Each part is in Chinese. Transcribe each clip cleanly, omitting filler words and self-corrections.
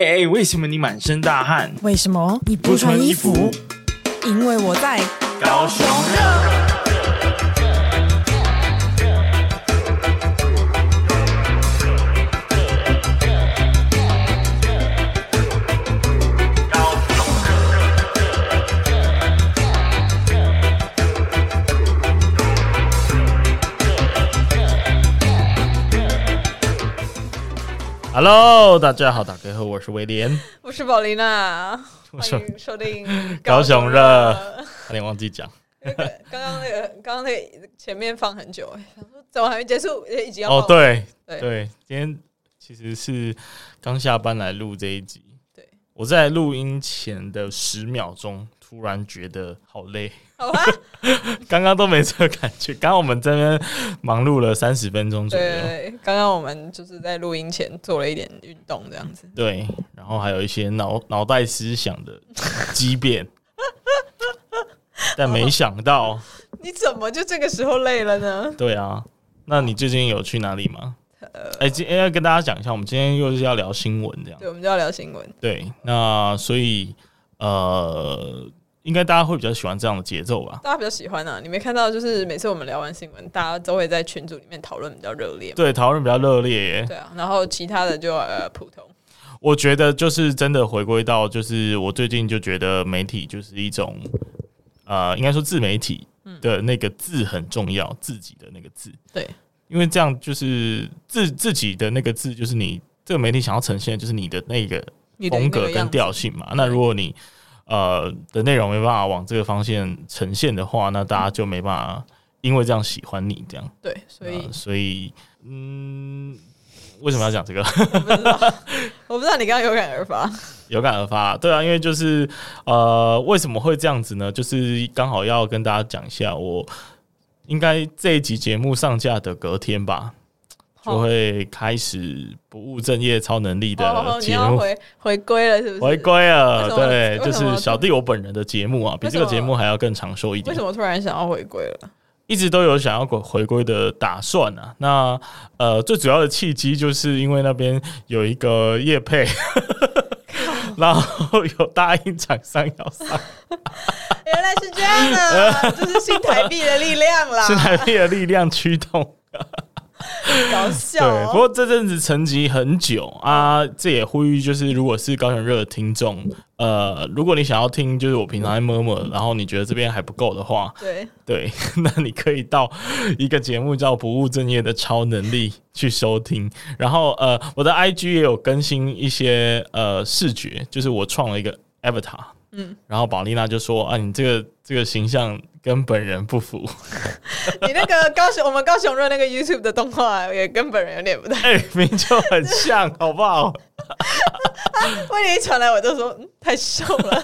为什么你满身大汗？ 为什么你不穿衣服？因为我在高雄热。Hello， 大家好，大家好，我是威廉， 我是宝琳娜，欢迎收听高雄热。差点忘记讲， 刚刚那个前面放很久，想说怎么还没结束，已经要哦，对，今天其实是刚下班来录这一集。对，我在录音前的10秒钟，突然觉得好累。 好吧， 刚刚都没这个感觉。刚刚我们这边忙碌了30分钟左右。 对，刚刚我们就是在录音前做了一点运动，这样子。 对，然后还有一些脑袋思想的激变，但没想到， 你怎么就这个时候累了呢？ 对啊，那你最近有去哪里吗？今天要跟大家讲一下，我们今天又是要聊新闻，这样。 对，我们就要聊新闻。 对，那所以应该大家会比较喜欢这样的节奏吧？ 大家比较喜欢啊！你没看到，就是每次我们聊完新闻，大家都会在群组里面讨论比较热烈。 对，讨论比较热烈耶。 对啊，然后其他的就普通。 我觉得就是真的回归到，就是我最近就觉得媒体就是一种应该说自媒体的那个字很重要，自己的那个字。对，因为这样就是自己的那个字，就是你这个媒体想要呈现的就是你的那个风格跟调性嘛。那如果你的内容没办法往这个方向呈现的话，那大家就没办法因为这样喜欢你这样。对，所以为什么要讲这个？ 我不知道你刚刚有感而发。 有感而发，对啊，因为就是为什么会这样子呢？就是刚好要跟大家讲一下，我应该这一集节目上架的隔天吧，就会开始不务正业超能力的节目， 你要回归了，是不是？ 回归了，对，就是小弟我本人的节目啊，比这个节目还要更长寿一点。 为什么突然想要回归了？ 一直都有想要回归的打算啊。那最主要的契机就是因为那边有一个业配，然后有答应厂商要上。 原来是这样的，就是新台币的力量啦， 新台币的力量驱动。 搞笑哦。 对，不过这阵子沉寂很久啊，这也呼吁就是如果是高雄热的听众，如果你想要听就是我平常在murmur，然后你觉得这边还不够的话，对，那你可以到一个节目叫不务正业的超能力去收听。然后我的 IG 也有更新一些视觉，就是我创了一个 avatar。然后宝丽娜就说啊，你这个形象跟本人不符。 你那个我们高雄热那个 YouTube 的动画也跟本人有点不太， 明明就很像，好不好？ 为你一传来，我就说太瘦了。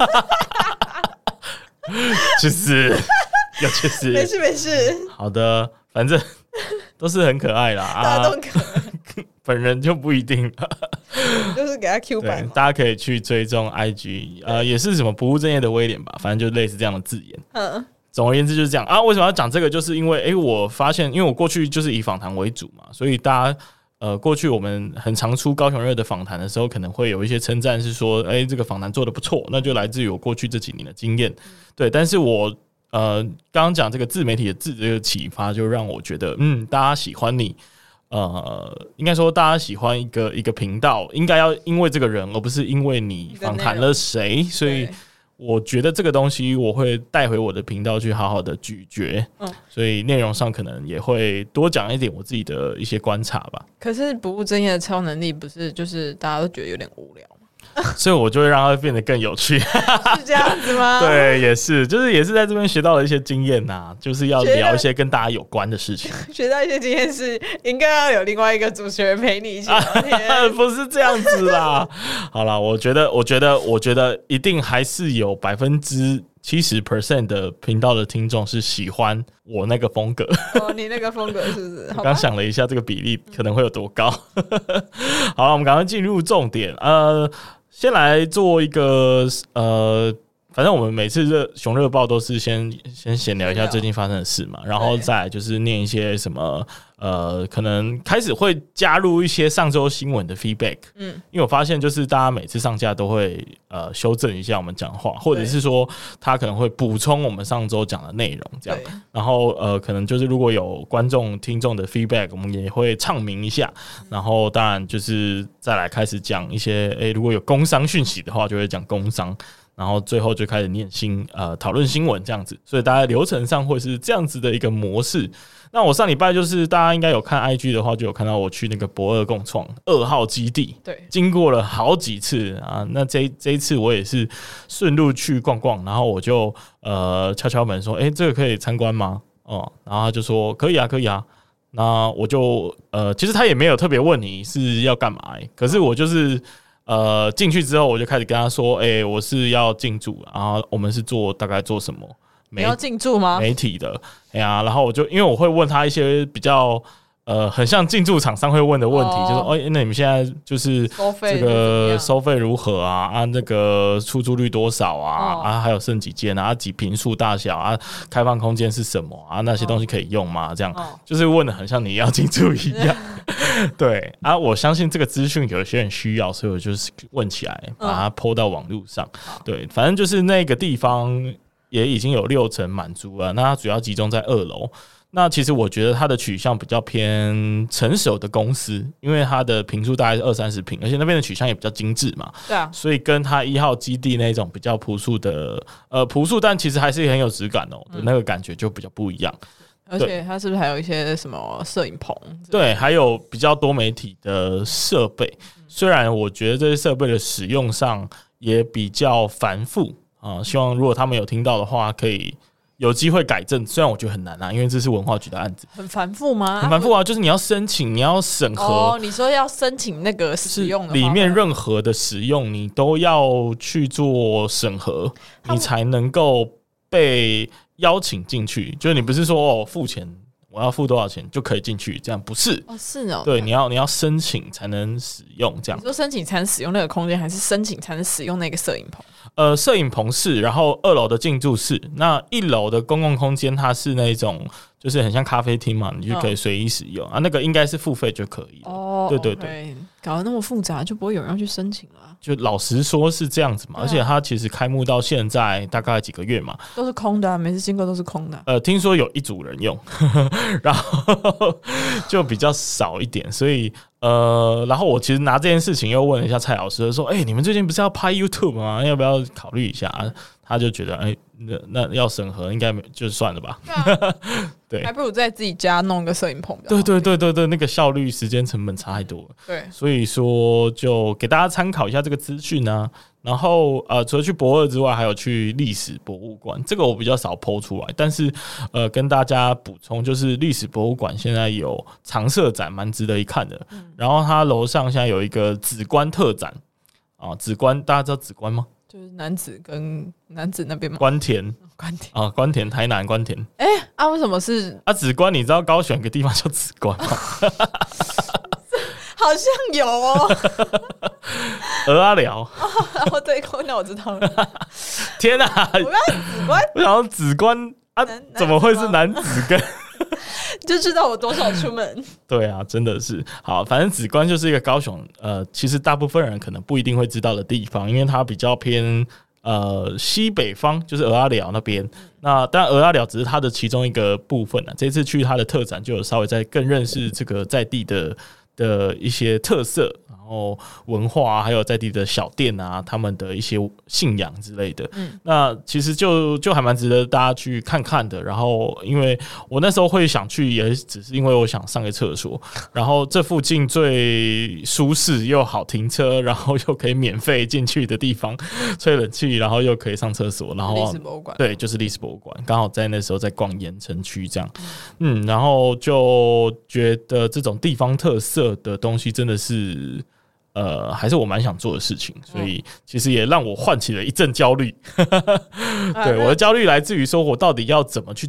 就是没事。 好的，反正都是很可爱啦， 大家都很可爱。 本人就不一定了。 就是给他 Q 版， 大家可以去追踪 IG，也是什么不务正业的威廉吧，反正就类似这样的字眼。总而言之就是这样啊。为什么要讲这个？就是因为我发现，因为我过去就是以访谈为主嘛，所以大家过去我们很常出高雄热的访谈的时候，可能会有一些称赞，是说这个访谈做得不错，那就来自于我过去这几年的经验。对，但是我刚刚讲这个自媒体的字这个启发，就让我觉得大家喜欢你。应该说大家喜欢一个频道，应该要因为这个人，而不是因为你访谈了谁。所以我觉得这个东西我会带回我的频道去好好的咀嚼。所以内容上可能也会多讲一点我自己的一些观察吧。 可是不务正业的超能力不是就是大家都觉得有点无聊吗？ 所以我就会让它变得更有趣。 是这样子吗？ 对，也是在这边学到了一些经验呐，就是要聊一些跟大家有关的事情。 学到一些经验是应该要有另外一个主持人陪你一起聊天。 不是这样子啦。好啦，我觉得一定还是有70% 的频道的听众是喜欢我那个风格。 你那个风格是不是？ 我刚想了一下这个比例可能会有多高。好了，我们赶快进入重点。先来做一个反正我们每次熊热报都是先闲聊一下最近发生的事嘛，然后再来就是念一些什么可能开始会加入一些上周新闻的 feedback，因为我发现就是大家每次上架都会修正一下我们讲话，或者是说他可能会补充我们上周讲的内容这样，然后可能就是如果有观众听众的 feedback， 我们也会唱明一下，然后当然就是再来开始讲一些如果有工商讯息的话，就会讲工商。然后最后就开始念讨论新闻这样子，所以大家流程上会是这样子的一个模式。那我上礼拜就是大家应该有看 IG 的话，就有看到我去那个博二共创2号基地，对，经过了好几次啊。那这一次我也是顺路去逛逛，然后我就敲敲门说，这个可以参观吗？然后他就说可以啊，可以啊。那我就其实他也没有特别问你是要干嘛，可是我就是。进去之后我就开始跟他说，我是要进驻，然后我们是大概做什么？ 你要进驻吗？ 媒体的，然后我就因为我会问他一些比较很像进驻厂商会问的问题，就是那你们现在就是这个收费如何啊？那个出租率多少啊？还有剩几间啊？几坪数大小啊？开放空间是什么啊？那些东西可以用吗？这样就是问的很像你要进驻一样。对啊，我相信这个资讯有些人需要，所以我就是问起来，把它 po 到网络上。对，反正就是那个地方也已经有60%满足了，那它主要集中在2楼。那其实我觉得它的取向比较偏成熟的公司，因为它的坪数大概是20-30坪，而且那边的取向也比较精致嘛。对啊，所以跟它1号基地那种比较朴素的朴素，但其实还是很有质感的那个感觉就比较不一样。 而且它是不是还有一些什么摄影棚？ 对，还有比较多媒体的设备。虽然我觉得这些设备的使用上也比较繁复希望如果他们有听到的话，可以有机会改正。虽然我觉得很难因为这是文化局的案子。 很繁复吗？ 很繁复就是你要申请，你要审核。 你说要申请那个使用的话， 里面任何的使用你都要去做审核，你才能够被邀请进去。就是你不是说付钱，我要付多少钱就可以进去，这样不是？是对，你要申请才能使用这样。 你说申请才能使用那个空间，还是申请才能使用那个摄影棚？ 摄影棚是，然后2楼的进驻是，那1楼的公共空间它是那种就是很像咖啡厅嘛，你就可以随意使用那个应该是付费就可以了。对对对， 搞得那么复杂，就不会有人要去申请了。 就老实说是这样子嘛，而且它其实开幕到现在大概几个月嘛， 都是空的每次经过都是空的。 听说有一组人用，然后就比较少一点，所以然后我其实拿这件事情又问了一下蔡老师，说你们最近不是要拍 YouTube 吗？要不要考虑一下？他就觉得那要审核应该就算了吧。对， 还不如在自己家弄个摄影棚。 对对对对对，那个效率时间成本差太多了。对，所以说就给大家参考一下这个资讯啊。然后除了去博二之外，还有去历史博物馆，这个我比较少 po 出来，但是跟大家补充，就是历史博物馆现在有常设展，蛮值得一看的。然后它楼上现在有一个紫观特展紫观大家知道紫观吗？ 就是男子跟男子那边吗？ 关田，关田，台南关田。 为什么是紫观？你知道高雄有个地方叫紫观吗？ 好像有鹅阿寮。 对，那我知道了。 天哪！我刚紫观， 我想说紫观怎么会是男子跟？ 就知道我多少出门。 对啊，真的是好。反正紫观就是一个高雄，其实大部分人可能不一定会知道的地方，因为它比较偏西北方，就是鹅阿寮那边。那当然鹅阿寮只是它的其中一个部分这次去它的特展，就有稍微再更认识这个在地的一些特色，然后文化还有在地的小店他们的一些信仰之类的。那其实就还蛮值得大家去看看的。然后因为我那时候会想去，也只是因为我想上个厕所，然后这附近最舒适又好停车，然后又可以免费进去的地方，吹冷气，然后又可以上厕所，然后历史博物馆， 对，就是历史博物馆，刚好在那时候在逛盐埕区这样。然后就觉得这种地方特色的东西真的是还是我蛮想做的事情，所以其实也让我唤起了一阵焦虑。对，我的焦虑来自于说我到底要怎么去做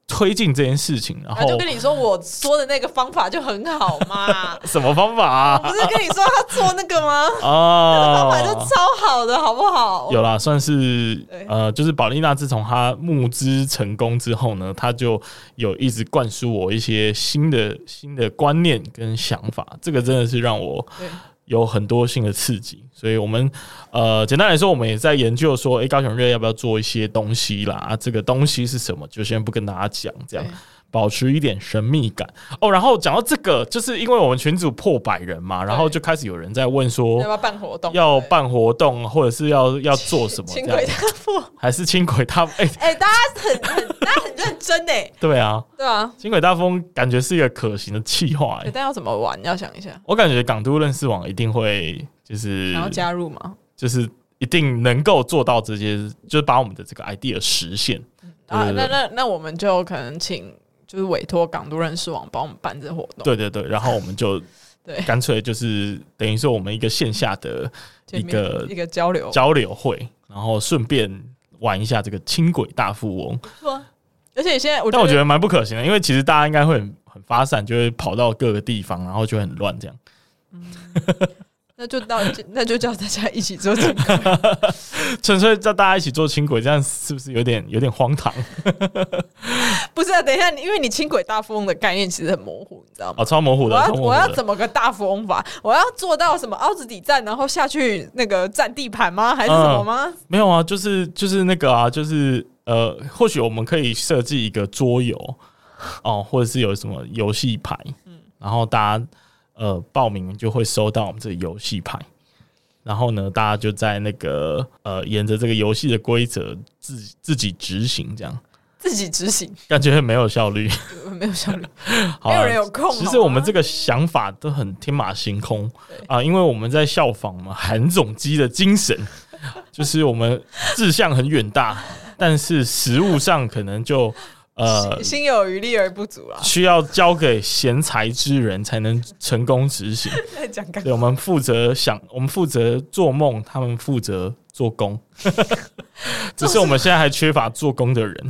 推进这件事情，然后就跟你说我说的那个方法就很好嘛。 什么方法啊？ 我不是跟你说他做那个吗？ 哦， 那个方法就超好的，好不好？ 有啦，算是就是宝丽娜自从她募资成功之后呢，她就有一直灌输我一些新的观念跟想法，这个真的是让我有很多新的刺激。所以我们简单来说，我们也在研究说，高雄热要不要做一些东西啦？这个东西是什么，就先不跟大家讲，这样保持一点神秘感哦。然后讲到这个，就是因为我们群组破100人嘛，然后就开始有人在问说， 要不要办活动？ 要办活动，或者是要做什么？ 轻轨大富还是轻轨大富？ 大家很认真哎。 对啊， 对啊， 轻轨大风感觉是一个可行的企划， 但要怎么玩？要想一下。 我感觉港都认识网一定会就是想要加入吗？ 就是一定能够做到这些，就是把我们的这个 idea 实现。 那我们就可能就是委托港都认识网帮我们办这活动。 对，然后我们就干脆就是等于说我们一个线下的一个交流会，然后顺便玩一下这个轻轨大富翁。 而且现在但我觉得蛮不可行的，因为其实大家应该会很发散，就会跑到各个地方，然后就会很乱这样。 那就叫大家一起做轻轨， 纯粹叫大家一起做轻轨，这样是不是有点荒唐？ 不是啊，等一下，因为你轻轨大富翁的概念其实很模糊，你知道吗？ 超模糊的。 我要怎么个大富翁法？我要做到什么凹子底站，然后下去那个占地盘吗？还是什么吗？ 没有啊，就是那个啊，就是或许我们可以设计一个桌游哦，或者是有什么游戏牌，然后大家报名就会收到我们这个游戏牌，然后呢，大家就在那个沿着这个游戏的规则自己执行，这样自己执行， 感觉很没有效率， 没有效率，没有人有空。 其实我们这个想法都很天马行空啊，因为我们在效仿嘛韩总机的精神，就是我们志向很远大，但是实务上可能就心有余力而不足啦， 需要交给贤才之人才能成功执行。对，我们负责做梦，他们负责做工。只是我们现在还缺乏做工的人。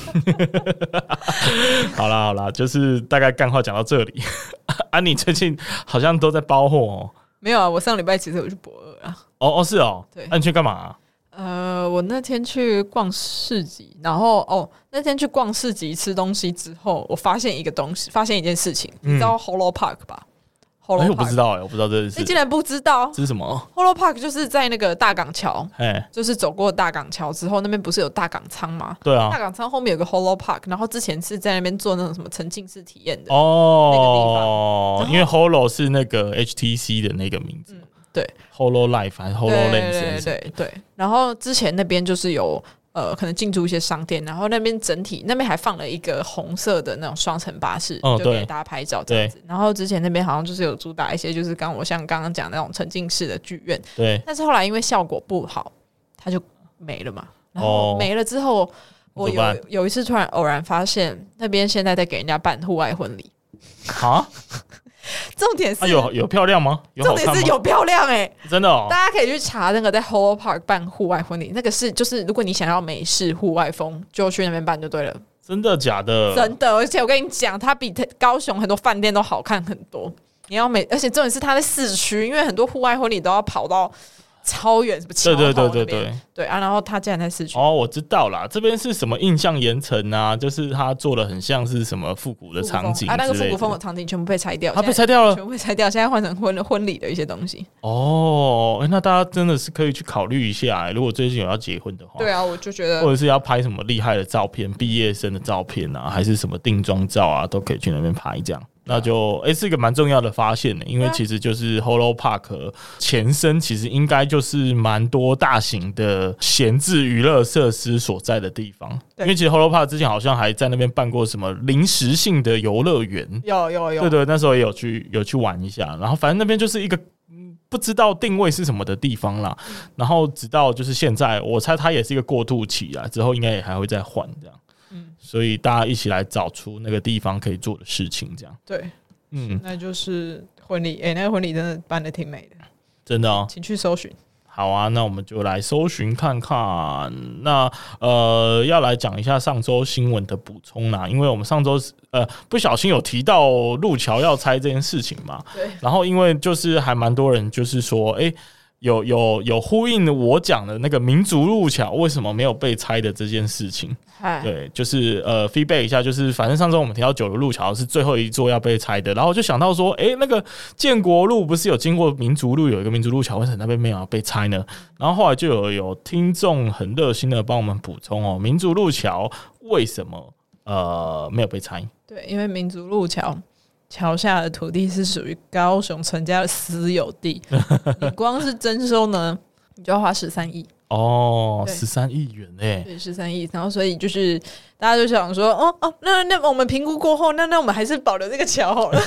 好啦，就是大概干话讲到这里。你最近好像都在包货哦。 没有啊，我上礼拜其实有去博二啊。 是哦。对，你去干嘛我那天去逛市集，然后那天去逛市集吃东西之后，我发现一件事情，你知道 Holo Park 吧？ 我不知道我不知道这是。 你竟然不知道？ 这是什么 ？Holo Park 就是在那个大港桥，就是走过大港桥之后，那边不是有大港仓吗？ 对啊， 大港仓后面有个 Holo Park， 然后之前是在那边做那种什么沉浸式体验的那个地方。 因为 Holo 是那个 HTC 的那个名字。 对 ，HoloLive 还是 HoloLens？ 对。然后之前那边就是有可能进驻一些商店，然后那边整体那边还放了一个红色的那种双层巴士，就给大家拍照这样子。然后之前那边好像就是有主打一些就是像刚刚讲那种沉浸式的剧院， 对。 但是后来因为效果不好，它就没了嘛。然后没了之后，我有一次突然偶然发现那边现在在给人家办户外婚礼啊。 重点是有漂亮吗？ 重点是有漂亮真的哦！ 大家可以去查那个在 Holo Park 办户外婚礼，那个就是如果你想要美式户外风，就去那边办就对了。 真的假的？ 真的，而且我跟你讲，它比高雄很多饭店都好看很多。你要而且重点是它在市区，因为很多户外婚礼都要跑到超远，什么桥头那边对啊，然后他竟然在市区。 我知道啦，这边是什么印象盐城啊？就是他做的很像是什么复古的场景那个复古风的场景全部被拆掉， 被拆掉了， 全部被拆掉，现在换成婚礼的一些东西。 那大家真的是可以去考虑一下，如果最近有要结婚的话。 对啊，我就觉得， 或者是要拍什么厉害的照片，毕业生的照片啊，还是什么定妆照啊，都可以去那边拍这样。那就是一个蛮重要的发现的，因为其实就是 Holo Park 前身其实应该就是蛮多大型的闲置娱乐设施所在的地方。因为其实 Holo Park 之前好像还在那边办过什么临时性的游乐园， 有， 对，那时候也有去玩一下。然后反正那边就是一个不知道定位是什么的地方啦。然后直到就是现在，我猜它也是一个过渡期啦，之后应该也还会再换这样。所以大家一起来找出那个地方可以做的事情，这样。 对，那就是婚礼。那个婚礼真的办得挺美的， 真的哦， 请去搜寻。 好啊，那我们就来搜寻看看。那要来讲一下上周新闻的补充啦，因为我们上周不小心有提到路桥要拆这件事情嘛， 对。 然后因为就是还蛮多人就是说，有呼应我讲的那个民族路桥为什么没有被拆的这件事情。对，就是feedback 一下，就是反正上周我们提到9如路桥是最后一座要被拆的，然后我就想到说，那个建国路不是有经过民族路，有一个民族路桥，为什么那边没有要被拆呢？然后后来就有听众很热心的帮我们补充哦，民族路桥为什么没有被拆？ 对，因为民族路桥下的土地是属于高雄陈家的私有地，你光是征收呢，你就要花13亿。 13亿元对 ，13亿，然后所以就是大家就想说，那我们评估过后，那我们还是保留这个桥好了，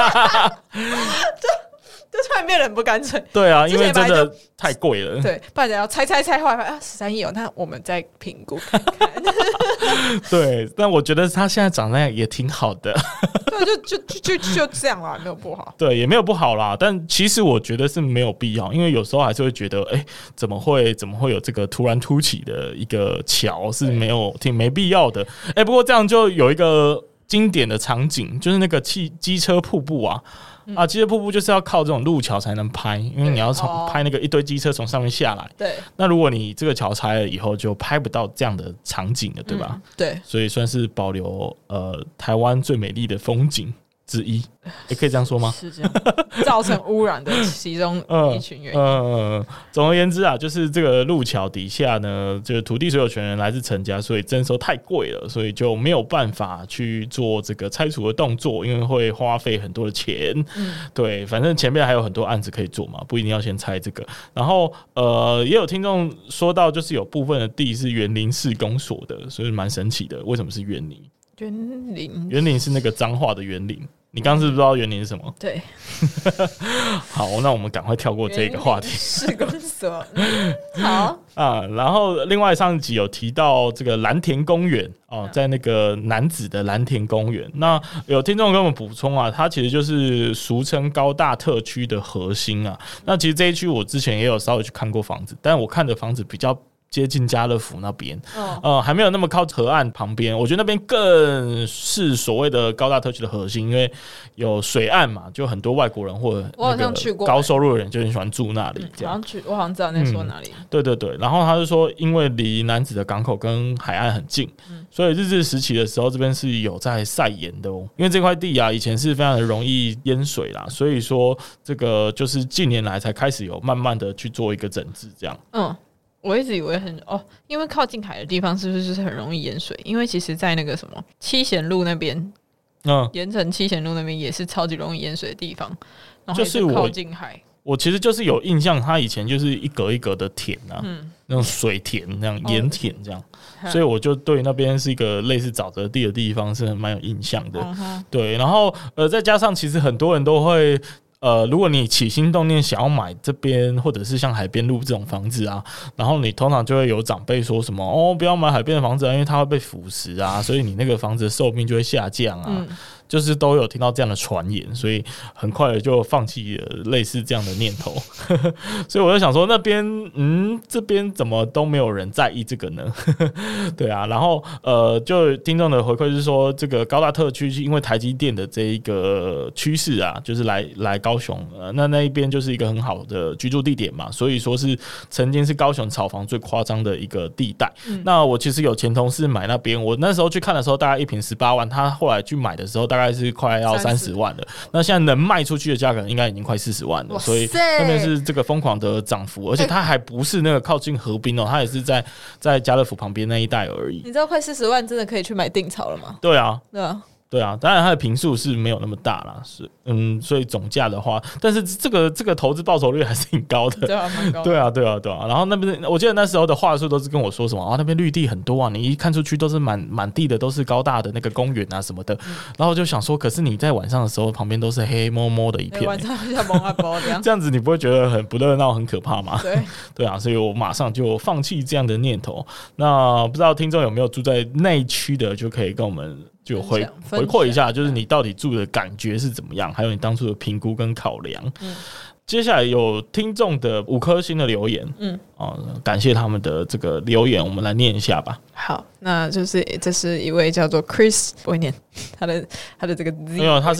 就突然变得很不干脆。 对啊，因为真的太贵了。 对，不然要拆，后来13亿那我们再评估看看。 对，但我觉得他现在长那样也挺好的。 对，就这样啦，没有不好。 对，也没有不好啦。但其实我觉得是没有必要，因为有时候还是会觉得，怎么会有这个突然凸起的一个桥是挺没必要的。不过这样就有一个经典的场景，就是那个机车瀑布啊。机车瀑布就是要靠这种路桥才能拍，因为你要拍那个一堆机车从上面下来。 对， 那如果你这个桥拆了以后，就拍不到这样的场景了，对吧？ 对， 所以算是保留台湾最美丽的风景之一，可以这样说吗？ 是这样，造成污染的其中一群原因。 总而言之啊，就是这个路桥底下呢，就是土地所有权人来自陈家，所以征收太贵了，所以就没有办法去做这个拆除的动作，因为会花费很多的钱。对，反正前面还有很多案子可以做嘛，不一定要先拆这个。然后也有听众说到，就是有部分的地是园林市公所的，所以蛮神奇的。为什么是园林？园林是那个彰化的园林。你刚刚是不是不知道园林是什么？ 对。 好，那我们赶快跳过这个话题。 市公所。好然后另外上一集有提到这个蓝田公园在那个楠梓的蓝田公园。那有听众跟我们补充啊，它其实就是俗称高大特区的核心啊。那其实这一区我之前也有稍微去看过房子，但我看的房子比较接近家乐福那边，还没有那么靠河岸旁边。我觉得那边更是所谓的高大特区的核心，因为有水岸嘛，就很多外国人或者高收入的人就很喜欢住那里。 我好像知道那说哪里。 对对对，然后他就说，因为离楠梓的港口跟海岸很近，所以日治时期的时候，这边是有在晒盐的哦。因为这块地啊，以前是非常的容易淹水啦，所以说这个就是近年来才开始有慢慢的去做一个整治，这样。 我一直以为因为靠近海的地方是不是就是很容易淹水？因为其实在那个什么七贤路那边，盐埕七贤路那边也是超级容易淹水的地方，然后也是靠近海。 我其实就是有印象，它以前就是一格一格的田啊，那种水田那样盐田这样，所以我就对那边是一个类似沼泽地的地方是蛮有印象的。对，然后再加上其实很多人都会。如果你起心动念想要买这边或者是像海边路这种房子啊，然后你通常就会有长辈说什么不要买海边的房子啊，因为它会被腐蚀啊，所以你那个房子的寿命就会下降啊。就是都有听到这样的传言，所以很快的就放弃了类似这样的念头。所以我就想说，那边这边怎么都没有人在意这个呢？对啊，然后就听众的回馈是说，这个高大特区因为台积电的这一个趋势啊，就是来高雄，那一边就是一个很好的居住地点嘛，所以说是曾经是高雄炒房最夸张的一个地带。那我其实有前同事买那边，我那时候去看的时候大概一坪18万，他后来去买的时候大概是快要30万了，那现在能卖出去的价格应该已经快40万了，所以那边是这个疯狂的涨幅，而且它还不是那个靠近河滨它也是在家乐福旁边那一带而已。 你知道快40万真的可以去买定潮了吗？ 对啊，对啊，当然它的坪数是没有那么大啦，所以总价的话，但是这个投资报酬率还是挺高的， 对啊，蛮高的。 对啊。然后那边我记得那时候的话术都是跟我说什么那边绿地很多啊，你一看出去都是满地的都是高大的那个公园啊什么的，然后我就想说，可是你在晚上的时候旁边都是黑摸摸的一片， 晚上像蒙阿波这样， 这样子你不会觉得很不热闹、很可怕吗？ 对啊，所以我马上就放弃这样的念头。那不知道听众有没有住在那一区的，就可以跟我们。就回馈一下，就是你到底住的感觉是怎么样，还有你当初的评估跟考量。 接下来有听众的5颗星的留言，感谢他们的这个留言，我们来念一下吧。 好，那就是这是一位叫做 Chris， 我会念他的这个 Z， 没有，他是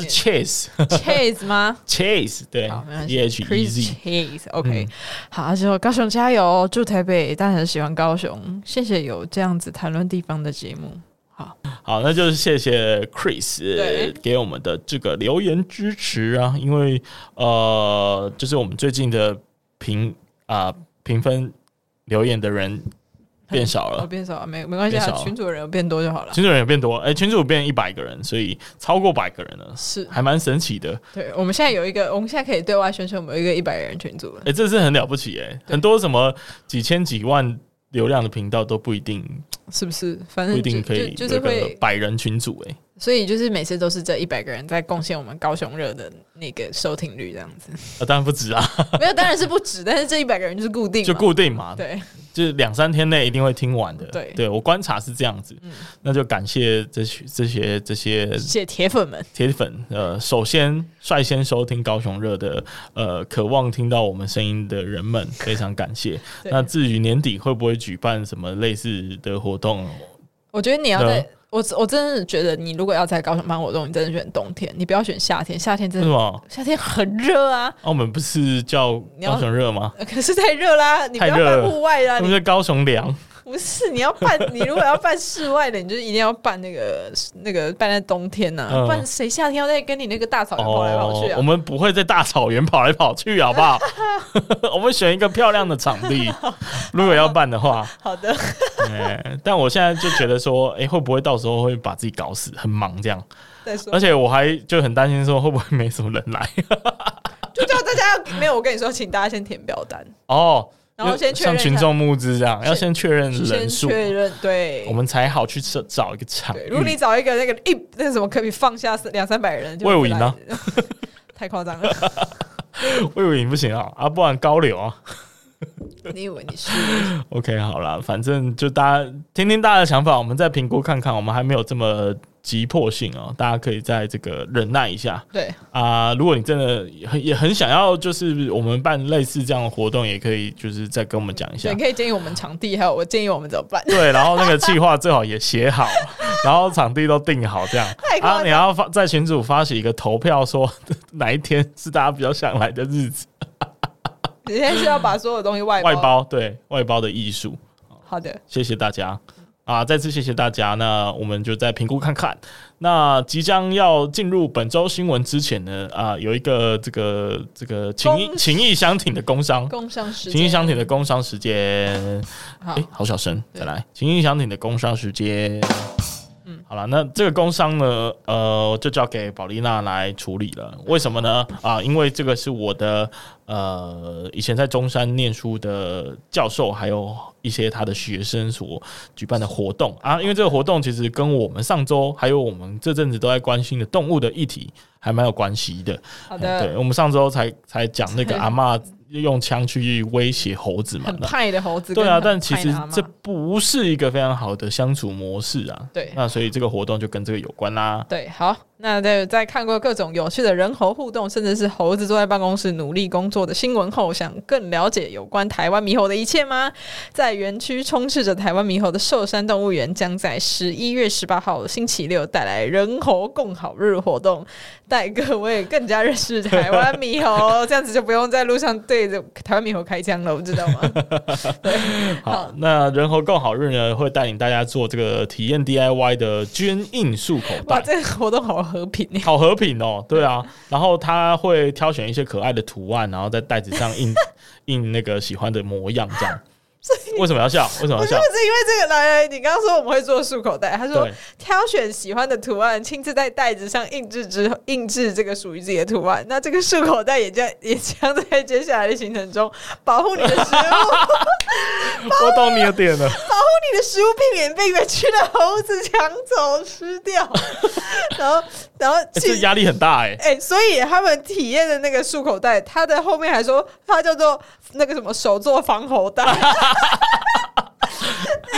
Chase 吗 ？Chase 对，Chase OK，好，他说高雄加油，住台北，但很喜欢高雄，谢谢有这样子谈论地方的节目。 好，那就是谢谢 Chris 给我们的这个留言支持啊，因为就是我们最近的评分留言的人变少了， 变少了，没关系，群组的人有变多就好了。 群组人有变多，群组变100个人，所以超过100个人了， 是还蛮神奇的。 对，我们现在可以对外宣称我们有一个100人群组了， 这是很了不起很多什么几千几万流量的频道都不一定， 是不是？反正不一定可以就是会100人群组所以就是每次都是这100个人在贡献我们高雄热的那个收听率这样子。 当然不止啊， 没有，当然是不止，但是这100个人就是固定嘛， 对，就是2-3天内一定会听完的。对，我观察是这样子，那就感谢这些铁粉们， 首先率先收听高雄热的渴望听到我们声音的人们，非常感谢。那至于年底会不会举办什么类似的活动， 我觉得你要在。我真的觉得，你如果要在高雄办活动，你真的选冬天，你不要选夏天。夏天真的，夏天很热啊！ 澳门不是叫高雄热吗？ 可是太热啦，你不要办户外啦。 不是高雄凉。 不是，你如果要办室外的，你就一定要办那个办在冬天啊，不然谁夏天要再跟你那个大草原跑来跑去啊？ 我们不会在大草原跑来跑去，好不好？我们选一个漂亮的场地，如果要办的话。 好的。 但我现在就觉得说，会不会到时候会把自己搞死，很忙这样？而且我还就很担心说，会不会没什么人来？ 就叫大家没有，我跟你说，请大家先填表单然后先确认像群众募资这样，要先确认人数， 对， 我们才好去找一个场域。 如果你找一个那个什么可以放下200-300人， 魏武营呢？ 太夸张了。 魏武营不行啊，不然高流啊。 你以为你是 OK 好啦，反正就大家听听大家的想法，我们再评估看看，我们还没有这么急迫性大家可以在这个忍耐一下。 对如果你真的也很想要，就是我们办类似这样的活动，也可以就是再跟我们讲一下。 你可以建议我们场地，还有我建议我们怎么办。 对，然后那个企划最好也写好，然后场地都定好，这样你要在群组发起一个投票，说哪一天是大家比较想来的日子。 你现在是要把所有东西外包，对，外包的艺术。 好的， 谢谢大家再次谢谢大家。那我们就再评估看看。那即将要进入本周新闻之前呢，有一个这个情义相挺的工商时间，情义相挺的工商时间。好小声，再来，情义相挺的工商时间。好了，那这个工商呢，就交给宝丽娜来处理了。为什么呢？因为这个是我的以前在中山念书的教授，还有一些他的学生所举办的活动因为这个活动其实跟我们上周还有我们这阵子都在关心的动物的议题还蛮有关系的。 好的， 对，我们上周才讲那个阿嬷用枪去威胁猴子嘛， 很派的猴子。 对但其实这不是一个非常好的相处模式对，那所以这个活动就跟这个有关啦。 对，好，那在看过各种有趣的人猴互动，甚至是猴子坐在办公室努力工作的新闻后，想更了解有关台湾猕猴的一切吗？在园区充斥着台湾猕猴的寿山动物园将在11月18号星期六带来人猴共好日活动，带各位更加认识台湾猕猴，这样子就不用在路上对着台湾猕猴开枪了，我知道吗？对， 好，那人猴共好日呢，会带领大家做这个体验 DIY 的捐印束口袋。 哇，这个活动好和平耶， 好和平对然后他会挑选一些可爱的图案，然后在袋子上印那个喜欢的模样，这样。为什么要笑？为什么要笑？ 我就是因为这个来，你刚刚说我们会做束口袋，他说挑选喜欢的图案，亲自在袋子上印制这个属于自己的图案。那这个束口袋也将在接下来的行程中保护你的食物。 我懂你的点了， 保护你的食物，避免被园区的猴子抢走吃掉。然后这压力很大所以他们体验的那个束口袋，它的后面还说它叫做那个什么手做防猴袋。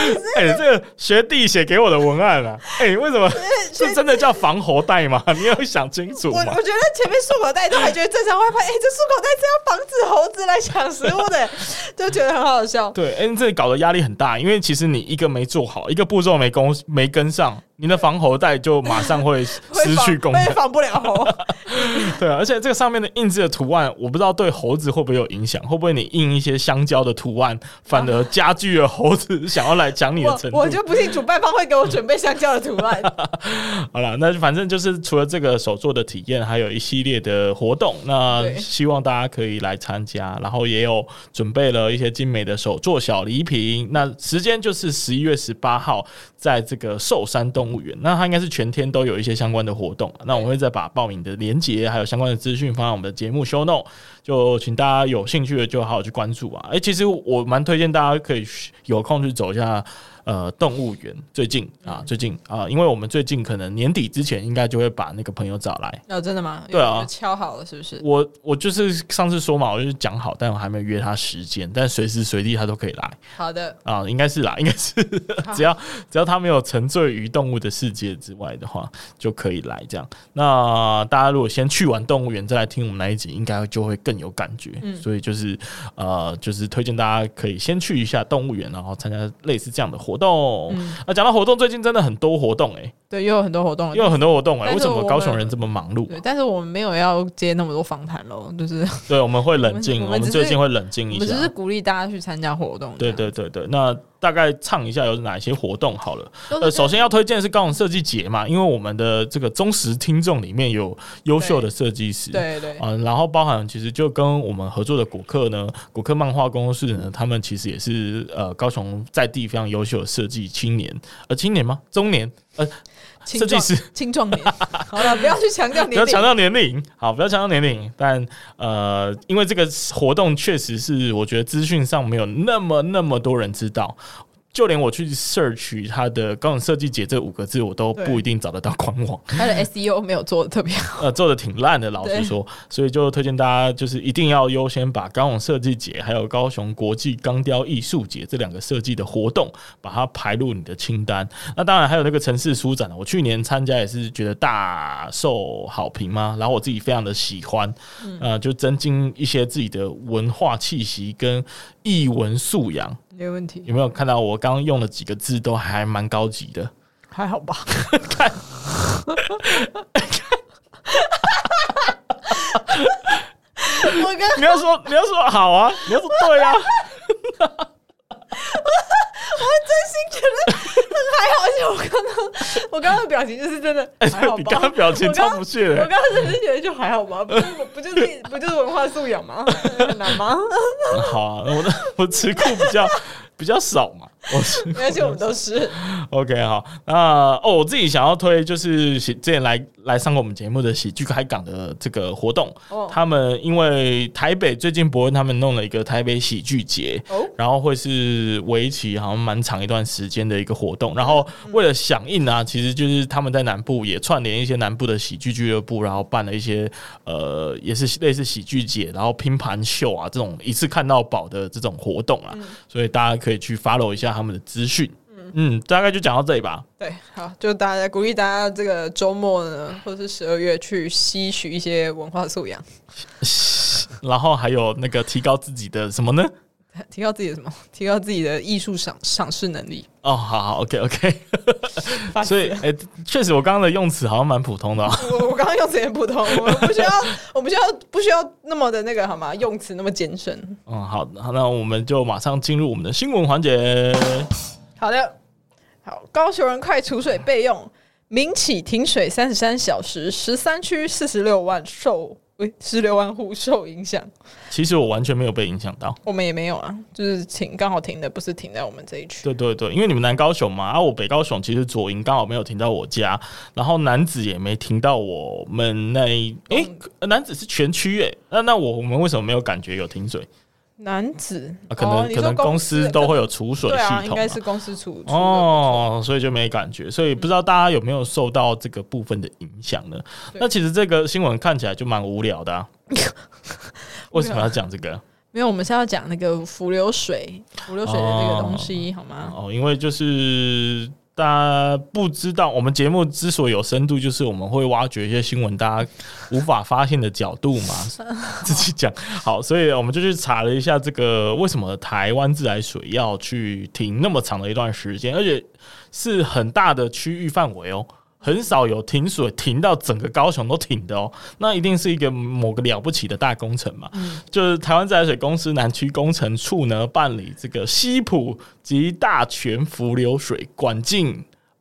这个学弟写给我的文案啊，为什么是真的叫防猴带吗？你有想清楚吗？ 我觉得前面漱口袋都还觉得正常，会发现这漱口袋是要防止猴子来抢食物的，就觉得很好笑。 对，这搞得压力很大，因为其实你一个没做好，一个步骤没跟上，你的防猴带就马上会失去功能， 会防不了猴。 对啊，而且这个上面的印制的图案，我不知道对猴子会不会有影响，会不会你印一些香蕉的图案，反而加剧了猴子想要来抢你的程度。 我就不信主办方会给我准备香蕉的图案。 好了，那反正就是除了这个手作的体验，还有一系列的活动，那希望大家可以来参加，然后也有准备了一些精美的手作小礼品。那时间就是11月18号，在这个寿山动物园，那它应该是全天都有一些相关的活动。那我们会再把报名的连结还有相关的资讯放在我们的节目 show note， 就请大家有兴趣的就好好去关注啊。其实我蛮推荐大家可以有空去走一下动物园。最近因为我们最近可能年底之前应该就会把那个朋友找来。 真的吗？ 对啊， 敲好了是不是？ 我就是上次说嘛，我就是讲好，但我还没有约他时间，但随时随地他都可以来。 好的应该是啦，应该是只要他没有沉醉于动物的世界之外的话，就可以来这样。那大家如果先去完动物园再来听我们那一集，应该就会更有感觉。所以就是推荐大家可以先去一下动物园，然后参加类似这样的活动。讲到活动，最近真的很多活动对，又有很多活动， 为什么高雄人这么忙碌？ 对，但是我们没有要接那么多访谈咯，就是对， 我们会冷静，我们最近会冷静一下， 我们只是鼓励大家去参加活动。 对，那大概唱一下有哪些活动好了。首先要推荐的是高雄设计节嘛，因为我们的这个忠实听众里面有优秀的设计师， 对， 然后包含其实就跟我们合作的果克漫画工作室呢，他们其实也是高雄在地非常优秀的设计青年吗？中年设计师青壮年。好了，不要去强调年龄， 不要强调年龄，好，不要强调年龄。但因为这个活动确实是我觉得资讯上没有那么多人知道。就连我去 search 它的高雄设计节这5个字，我都不一定找得到官网。 它的 SEO 没有做的特别好， 做的挺烂的，老实说。所以就推荐大家，就是一定要优先把高雄设计节还有高雄国际钢雕艺术节这2个设计的活动，把它排入你的清单。那当然还有那个城市书展，我去年参加也是觉得大受好评嘛，然后我自己非常的喜欢，就增进一些自己的文化气息跟艺文素养。 没问题。 有没有看到我刚刚用了几个字都还蛮高级的？ 还好吧。 看你要说好啊，你要说对啊。 我真心觉得很还好，而且我刚刚的表情就是真的还好吧。 你刚刚表情超不屑的。 我刚刚真的觉得就还好吧，不就是文化素养吗？很难吗？ 好啊，我词库比较少嘛。 而且我们都是 OK 好。那我自己想要推就是之前来上过我们节目的喜剧开港的这个活动。他们因为台北最近伯恩他们弄了一个台北喜剧节，然后会是为期好像蛮长一段时间的一个活动。然后为了响应啊，其实就是他们在南部也串联一些南部的喜剧俱乐部，然后办了一些也是类似喜剧节，然后拼盘秀啊这种一次看到饱的这种活动啊。所以大家可以去 follow 一下他们的资讯。大概就讲到这里吧。 对，好，就大家鼓励大家这个周末呢，或者是12月去吸取一些文化素养， 然后还有那个提高自己的什么呢？ 提高自己的什么？提高自己的艺术赏识能力。 好 OK 所以确实我刚刚的用词好像蛮普通的。 我刚刚用词也普通，我不需要那么的那个好吗？用词那么艰深。 好，那我们就马上进入我们的新闻环节。 好的，好，高雄人快储水备用，民企停水33小时，13区46万户受影响。 其实我完全没有被影响到， 我们也没有啊，就是刚好停的不是停在我们这一区。 对，因为你们南高雄嘛，我北高雄其实左营刚好没有停到我家，然后南子也没停到我们南子是全区那我们为什么没有感觉有停水？ 男子可能公司都会有储水系统， 应该是公司储所以就没感觉，所以不知道大家有没有受到这个部分的影响呢？那其实这个新闻看起来就蛮无聊的啊。为什么要讲这个？ 没有，我们是要讲那个浮流水的这个东西，好吗？ 因为就是大家不知道，我们节目之所以有深度，就是我们会挖掘一些新闻大家无法发现的角度嘛，自己讲好，所以我们就去查了一下这个为什么台湾自来水要去停那么长的一段时间，而且是很大的区域范围哦。很少有停水停到整个高雄都停的哦，那一定是一个某个了不起的大工程嘛。就是台湾自来水公司南区工程处呢办理这个西浦及大泉浮流水管径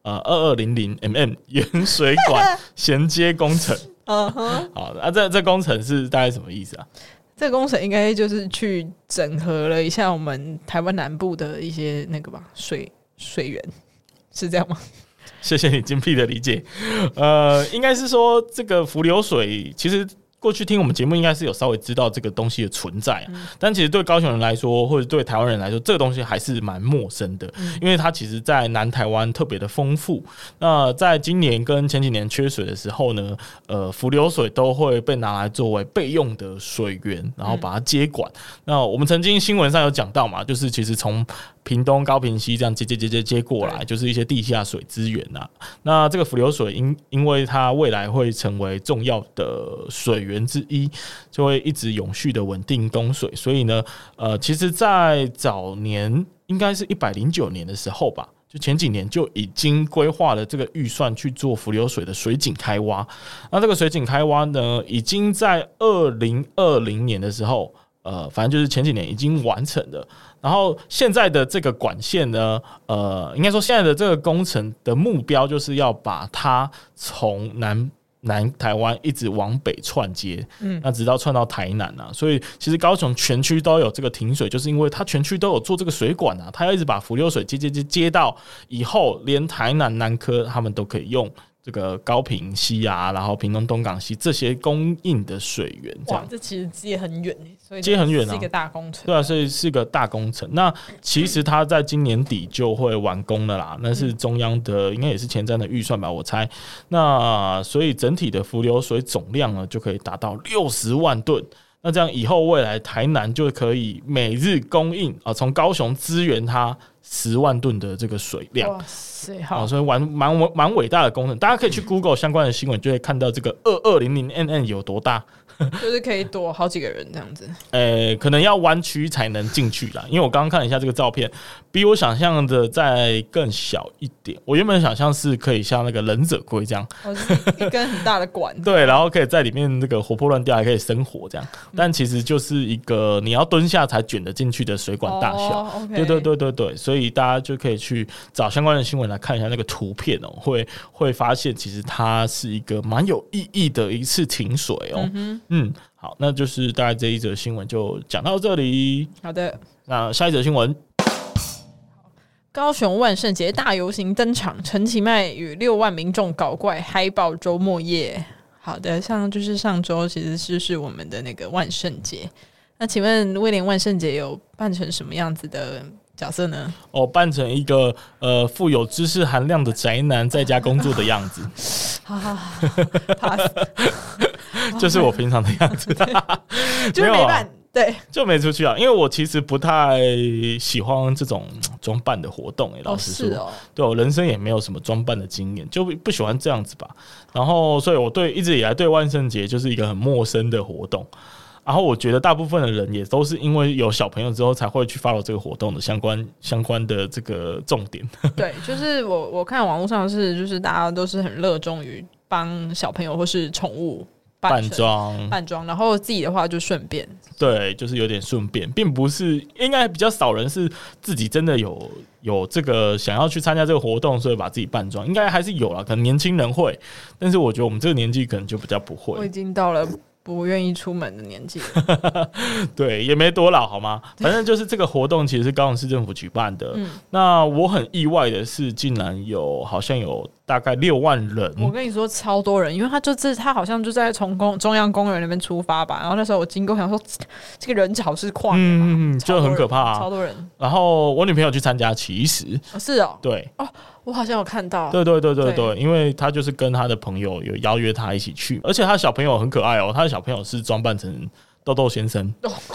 2200mm 原水管衔接工程。好，这工程是大概什么意思啊？ 这个工程应该就是去整合了一下我们台湾南部的一些那个吧水源，是这样吗？ 谢谢你精辟的理解。应该是说这个浮流水，其实过去听我们节目应该是有稍微知道这个东西的存在但其实对高雄人来说，或者对台湾人来说，这个东西还是蛮陌生的，因为它其实在南台湾特别的丰富。那在今年跟前几年缺水的时候呢，浮流水都会被拿来作为备用的水源，然后把它接管。那我们曾经新闻上有讲到嘛，就是其实从屏东高屏溪这样接过来，就是一些地下水资源啊。那这个浮流水因为它未来会成为重要的水源之一，就会一直永续的稳定供水。所以呢，其实在早年应该是109年的时候吧，就前几年就已经规划了这个预算去做浮流水的水井开挖。那这个水井开挖呢，已经在2020年的时候，反正就是前几年已经完成了。然后现在的这个管线呢，应该说现在的这个工程的目标就是要把它从南台湾一直往北串接，那直到串到台南啊。所以其实高雄全区都有这个停水，就是因为它全区都有做这个水管啊，它要一直把浮流水接到以后，连台南南科他们都可以用这个高屏溪啊，然后屏东东港溪这些供应的水源，这样。 哇，这其实接很远，所以接很远啊， 是一个大工程。 对啊，所以是个大工程。那其实它在今年底就会完工了啦，那是中央的，应该也是前瞻的预算吧，我猜。那所以整体的浮流水总量呢，就可以达到60万吨。那这样以后未来台南就可以每日供应从高雄支援它10万吨的这个水量。 哇塞，好， 所以蛮伟大的工程，大家可以去 Google 相关的新闻，就会看到这个2200mm 有多大。 就是可以躲好几个人这样子。 可能要弯曲才能进去啦，因为我刚刚看了一下这个照片，比我想象的再更小一点。我原本想象是可以像那个忍者龟这样， 一根很大的管对，然后可以在里面那个活泼乱跳，还可以生火这样。但其实就是一个你要蹲下才卷得进去的水管大小。对，所以大家就可以去找相关的新闻来看一下那个图片会发现其实它是一个蛮有意义的一次停水好，那就是大概这一则新闻就讲到这里。 好的， 那下一则新闻， 高雄万圣节大游行登场，陈其迈与6万民众搞怪，嗨爆周末夜。好的，就是上周其实是我们的那个万圣节。那请问威廉万圣节有扮成什么样子的角色呢？ 扮成一个富有知识含量的宅男在家工作的样子。就是我平常的样子。 就是没办，对， 就没出去啊。因为我其实不太喜欢这种装扮的活动，老实说，对我人生也没有什么装扮的经验，就不喜欢这样子吧。然后，所以我一直以来对万圣节就是一个很陌生的活动。然后我觉得大部分的人也都是因为有小朋友之后才会去 follow 这个活动的相关的这个重点。 对，就是我看网络上就是大家都是很热衷于帮小朋友或是宠物扮装，然后自己的话就顺便。对， 就是有点顺便，并不是，应该比较少人是自己真的有这个想要去参加这个活动，所以把自己扮装，应该还是有啦，可能年轻人会，但是我觉得我们这个年纪可能就比较不会。 我已经到了不愿意出门的年纪了。 对，也没多老好吗？反正就是这个活动其实是高雄市政府举办的。那我很意外的是，竟然好像有大概6万人。 我跟你说超多人，因为他好像就在从中央公园那边出发吧。然后那时候我经过想说，这个人潮是旷野嘛， 就很可怕超多人。 然后我女朋友去参加，其实是哦， 对哦。我好像有看到， 对，因为他就是跟他的朋友有邀约他一起去，而且他小朋友很可爱哦，他的小朋友是装扮成豆豆先生，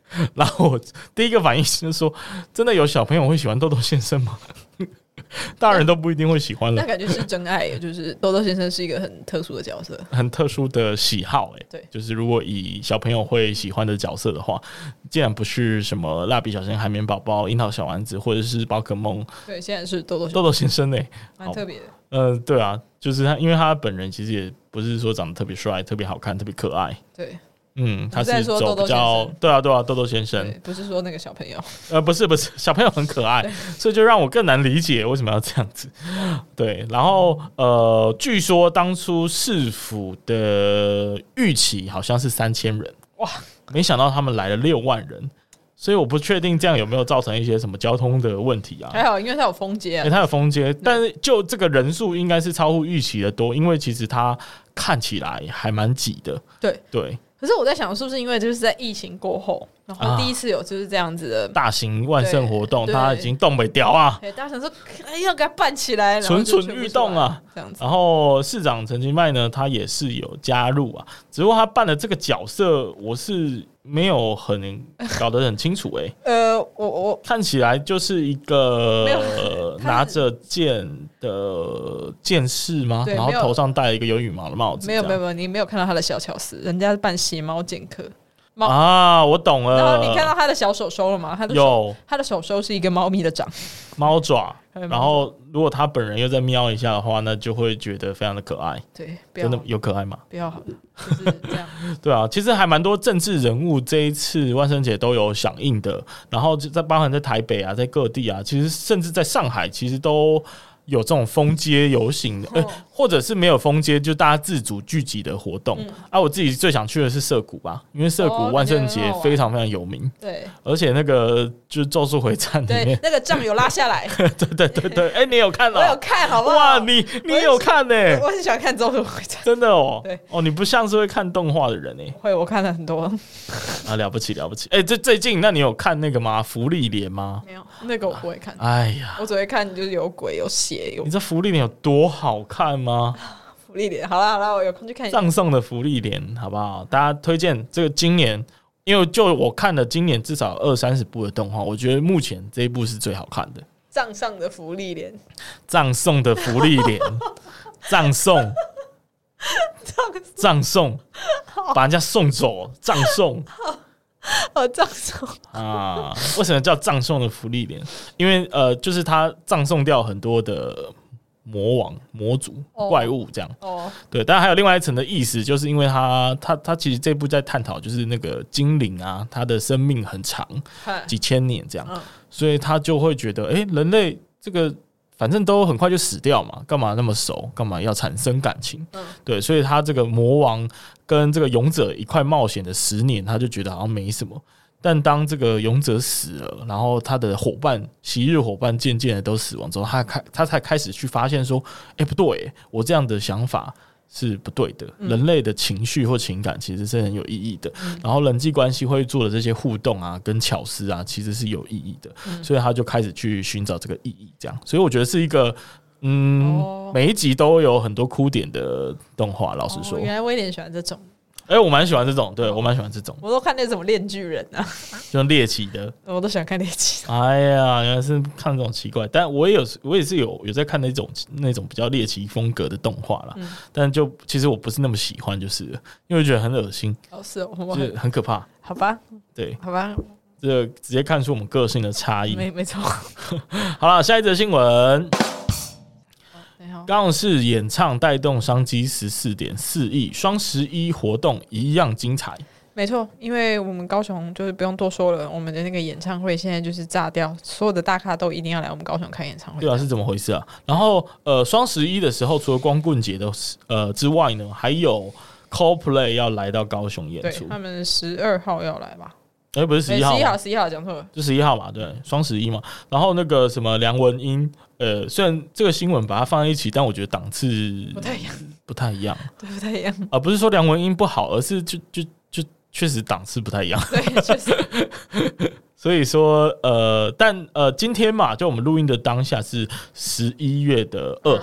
然后我第一个反应是说，真的有小朋友会喜欢豆豆先生吗？大人都不一定会喜欢了。 那感觉是真爱，就是豆豆先生是一个很特殊的角色， 很特殊的喜好。对，就是如果以小朋友会喜欢的角色的话，既然不是什么蜡笔小新、海绵宝宝、樱桃小丸子或者是宝可梦， 对，现在是豆豆先生蛮特别的。 对啊，就是他，因为他本人其实也不是说长得特别帅、特别好看、特别可爱。 对。 他是走比较对啊，豆豆先生， 不是说那个小朋友， 不是小朋友很可爱，所以就让我更难理解为什么要这样子。对，然后据说当初市府的预期好像是3000人，哇，没想到他们来了6万人，所以我不确定这样有没有造成一些什么交通的问题啊？ 还好，因为它有封街它有封街，但是就这个人数应该是超乎预期的多，因为其实它看起来还蛮挤的。对。 可是我在想，是不是因为就是在疫情过后，然后第一次有就是这样子的大型万圣活动，它已经动不掉啊！ 大家想说，要给它办起来， 蠢欲动啊， 这样子。 然后市长陈其迈呢，他也是有加入啊，只不过他扮的这个角色，我是没有很搞得很清楚我看起来就是一个拿着剑的剑士吗？然后头上戴了一个有羽毛的帽子。 没有，你没有看到他的小巧思，人家是扮邪猫剑客。 我懂了。 然后你看到他的小手手了吗？他的手手是一个猫咪的掌， 猫爪。然后如果他本人又再瞄一下的话，那就会觉得非常的可爱。 对， 真的有可爱吗？ 不要好了，就是这样。 对啊，其实还蛮多政治人物这一次万圣节都有响应的，然后包含在台北啊，在各地啊，其实甚至在上海，其实都有这种封街游行的，或者是没有封街，就大家自主聚集的活动。我自己最想去的是涩谷吧，因为涩谷万圣节非常非常有名。 对， 而且那个就是《咒术回战》里面那个杖有拉下来。 对，你有看我有看，好不好？ 哇，你有看我很喜欢看《咒术回战》， 真的哦。 对你不像是会看动画的人会，我看了很多。 了不起。最近那你有看那个吗？福利连吗？ 没有，那个我不会看。 哎呀， 我只会看就是有鬼有血。 你知道福利连有多好看吗？ 福利连，好啦，我有空去看一下。 葬送的福利连，好不好？大家推荐这个今年，因为就我看了今年至少20-30部的动画，我觉得目前这一部是最好看的。 葬送的福利连， 葬送的福利连，葬送，把人家送走，葬送。 葬送啊！为什么叫葬送的福利连？因为就是他葬送掉很多的魔王、魔族、怪物这样。对，但还有另外一层的意思，就是因为他其实这部在探讨，就是那个精灵啊，他的生命很长，几千年这样，所以他就会觉得，人类这个反正都很快就死掉嘛，干嘛那么熟？干嘛要产生感情？对，所以他这个魔王跟这个勇者一块冒险的10年，他就觉得好像没什么。但当这个勇者死了，然后他的昔日伙伴渐渐的都死亡之后，他才开始去发现说，不对，我这样的想法是不对的。人类的情绪或情感其实是很有意义的，然后人际关系会做的这些互动啊，跟巧思啊，其实是有意义的。所以他就开始去寻找这个意义，这样。所以我觉得是一个每一集都有很多哭点的动画。老实说， 原来威廉喜欢这种。 我蛮喜欢这种，对，我蛮喜欢这种。 我都看那种炼巨人啊， 就猎奇的， 我都喜欢看猎奇。 哎呀，原来是看这种奇怪，但我也是有在看那种比较猎奇风格的动画啦。但就其实我不是那么喜欢，就是因为觉得很恶心， 是就很可怕。 好吧， 对， 好吧， 这直接看出我们个性的差异。 没错。 好了，下一则新闻。高雄市演唱带动商机14.4亿，双11活动一样精彩。 没错，因为我们高雄就是不用多说了，我们的那个演唱会现在就是炸掉，所有的大咖都一定要来我们高雄看演唱会。 对啊，是怎么回事啊？然后双11的时候，除了光棍节的之外呢，还有 Coldplay 要来到高雄演出。 对，他们12号要来吧？ 不是11号 ，11号讲错了， 就11号嘛，对，双11嘛。然后那个什么梁文音，虽然这个新闻把它放在一起，但我觉得档次不太一样， 对，不太一样。 不是说梁文音不好，而是就确实档次不太一样。 对，确实。 所以说，但今天嘛，就我们录音的当下是11月2号。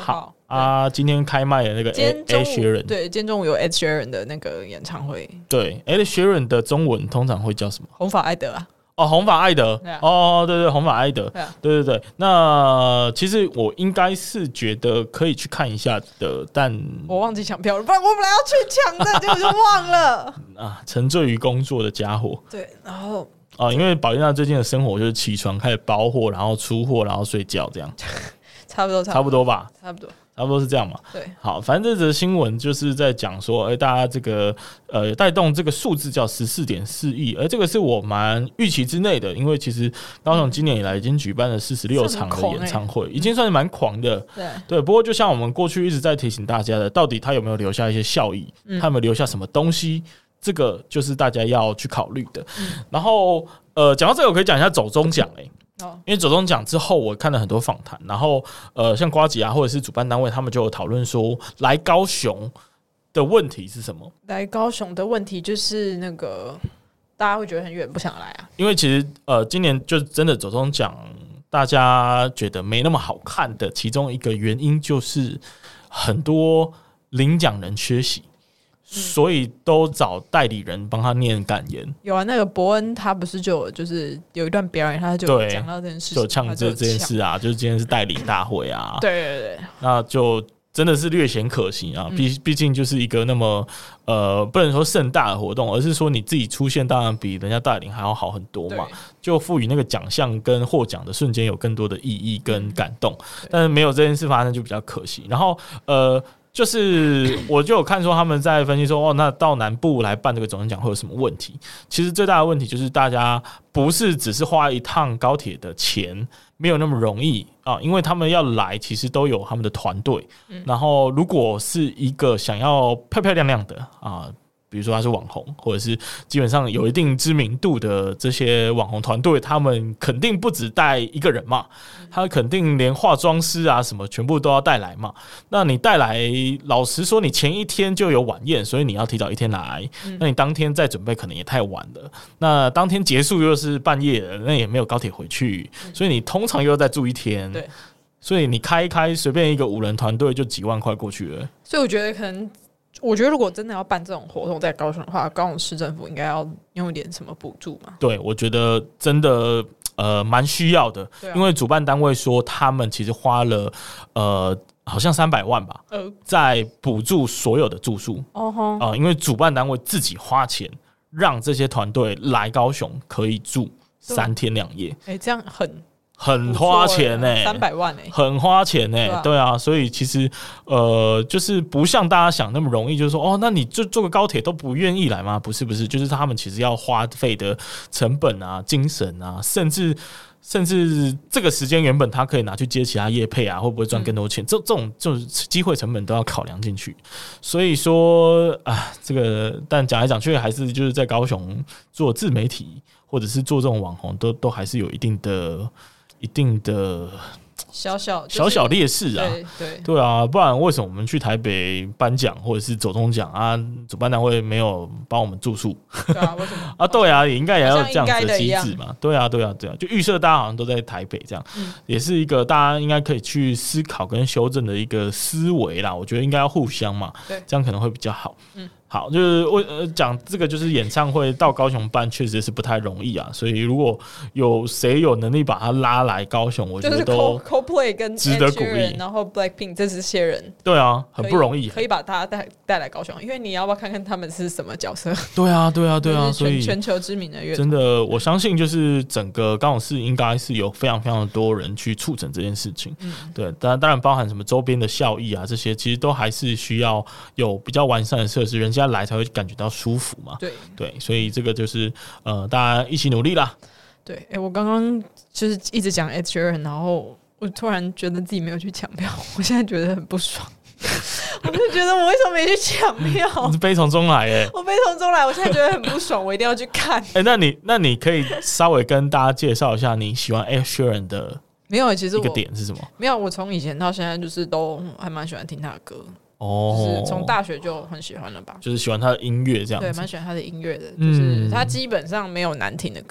啊，今天开卖的那个 Ed Sheeran， 对，今天中午有 Ed Sheeran 的那个演唱会。 对 ，Ed Sheeran 的中文通常会叫什么？ 红发艾德啊。 哦，红发艾德，哦，对对，红发艾德，对对对。那其实我应该是觉得可以去看一下的，但我忘记抢票了，不然我本来要去抢的，结果就忘了。 啊，沉醉于工作的家伙。 对，然后因为宝丽娜最近的生活就是起床开始包货，然后出货，然后睡觉这样。 差不多吧，差不多是这样嘛？ 对， 好，反正这则新闻就是在讲说，大家这个带动这个数字叫14.4亿，而这个是我蛮预期之内的，因为其实高雄今年以来已经举办了46场的演唱会，已经算是蛮狂的。对，不过就像我们过去一直在提醒大家的，到底他有没有留下一些效益，他有没有留下什么东西，这个就是大家要去考虑的。然后讲到这个，我可以讲一下走中奖因为走中奖之后，我看了很多访谈，然后像呱吉啊，或者是主办单位，他们就有讨论说，来高雄的问题是什么？ 来高雄的问题就是那个大家会觉得很远，不想来啊。 因为其实今年就真的走中奖，大家觉得没那么好看的其中一个原因就是很多领奖人缺席。所以都找代理人帮他念感言。 有啊，那个伯恩他不是就是有一段表演，他就讲到这件事情， 就呛这件事啊，就是今天是代理大会啊。 对对对， 那就真的是略显可惜啊。毕竟就是一个那么不能说盛大的活动，而是说你自己出现，当然比人家代理还要好很多嘛。就赋予那个奖项跟获奖的瞬间有更多的意义跟感动，但是没有这件事发生就比较可惜。然后就是我就有看说他们在分析说，那到南部来办这个走中奖会有什么问题？其实最大的问题就是大家不是只是花一趟高铁的钱，没有那么容易啊，因为他们要来，其实都有他们的团队。然后如果是一个想要漂漂亮亮的啊，比如说他是网红，或者是基本上有一定知名度的这些网红团队，他们肯定不只带一个人嘛，他肯定连化妆师啊什么全部都要带来嘛。那你带来，老实说，你前一天就有晚宴，所以你要提早一天来，那你当天再准备可能也太晚了。那当天结束又是半夜了，那也没有高铁回去，所以你通常又要再住一天。对，所以你开一开，随便一个5人团队就几万块过去了。 所以我觉得可能。我觉得如果真的要办这种活动在高雄的话，高雄市政府应该要用一点什么补助嘛？ 对，我觉得真的蛮需要的，因为主办单位说他们其实花了好像300万吧，在补助所有的住宿。因为主办单位自己花钱让这些团队来高雄可以住3天2夜。 这样很花钱 300万很花钱对啊，所以其实就是不像大家想那么容易，就是说那你就坐个高铁都不愿意来吗？不是，就是他们其实要花费的成本啊、精神啊，甚至这个时间原本他可以拿去接其他业配啊，会不会赚更多钱？这种就是机会成本都要考量进去。所以说这个但讲来讲去还是就是在高雄做自媒体或者是做这种网红，都还是有一定的小小劣势啊，对啊，不然为什么我们去台北颁奖或者是走中奖啊，主办单位没有帮我们住宿？ 对啊，为什么啊？对啊，也应该也要这样子的机制嘛。对啊，就预设大家好像都在台北这样，也是一个大家应该可以去思考跟修正的一个思维啦。我觉得应该要互相嘛，这样可能会比较好。好，就是讲这个，就是演唱会到高雄办，确实是不太容易啊。所以如果有谁有能力把他拉来高雄，我觉得都 Coldplay 跟值得鼓励。 然后 Blackpink 这些人， 对啊，很不容易， 可以把他带来高雄，因为你要不要看看他们是什么角色？ 对啊，所以全球知名的乐团， 真的，我相信就是整个高雄市应该是有非常非常多人去促成这件事情。对，当然包含什么周边的效益啊，这些其实都还是需要有比较完善的设施，人家来才会感觉到舒服嘛。对，所以这个就是大家一起努力啦。 对，我刚刚就是一直讲 Ed Sheeran， 然后我突然觉得自己没有去抢票，我现在觉得很不爽。我就觉得我为什么没去抢票？ 你是悲从中来我悲从中来，我现在觉得很不爽，我一定要去看。 那你可以稍微跟大家介绍一下你喜欢 Ed Sheeran 的没有？其实一个点是什么？ 没有，我从以前到现在就是都还蛮喜欢听他的歌。就是从大学就很喜欢了吧， 就是喜欢他的音乐这样子， 对，蛮喜欢他的音乐的，就是他基本上没有难听的歌，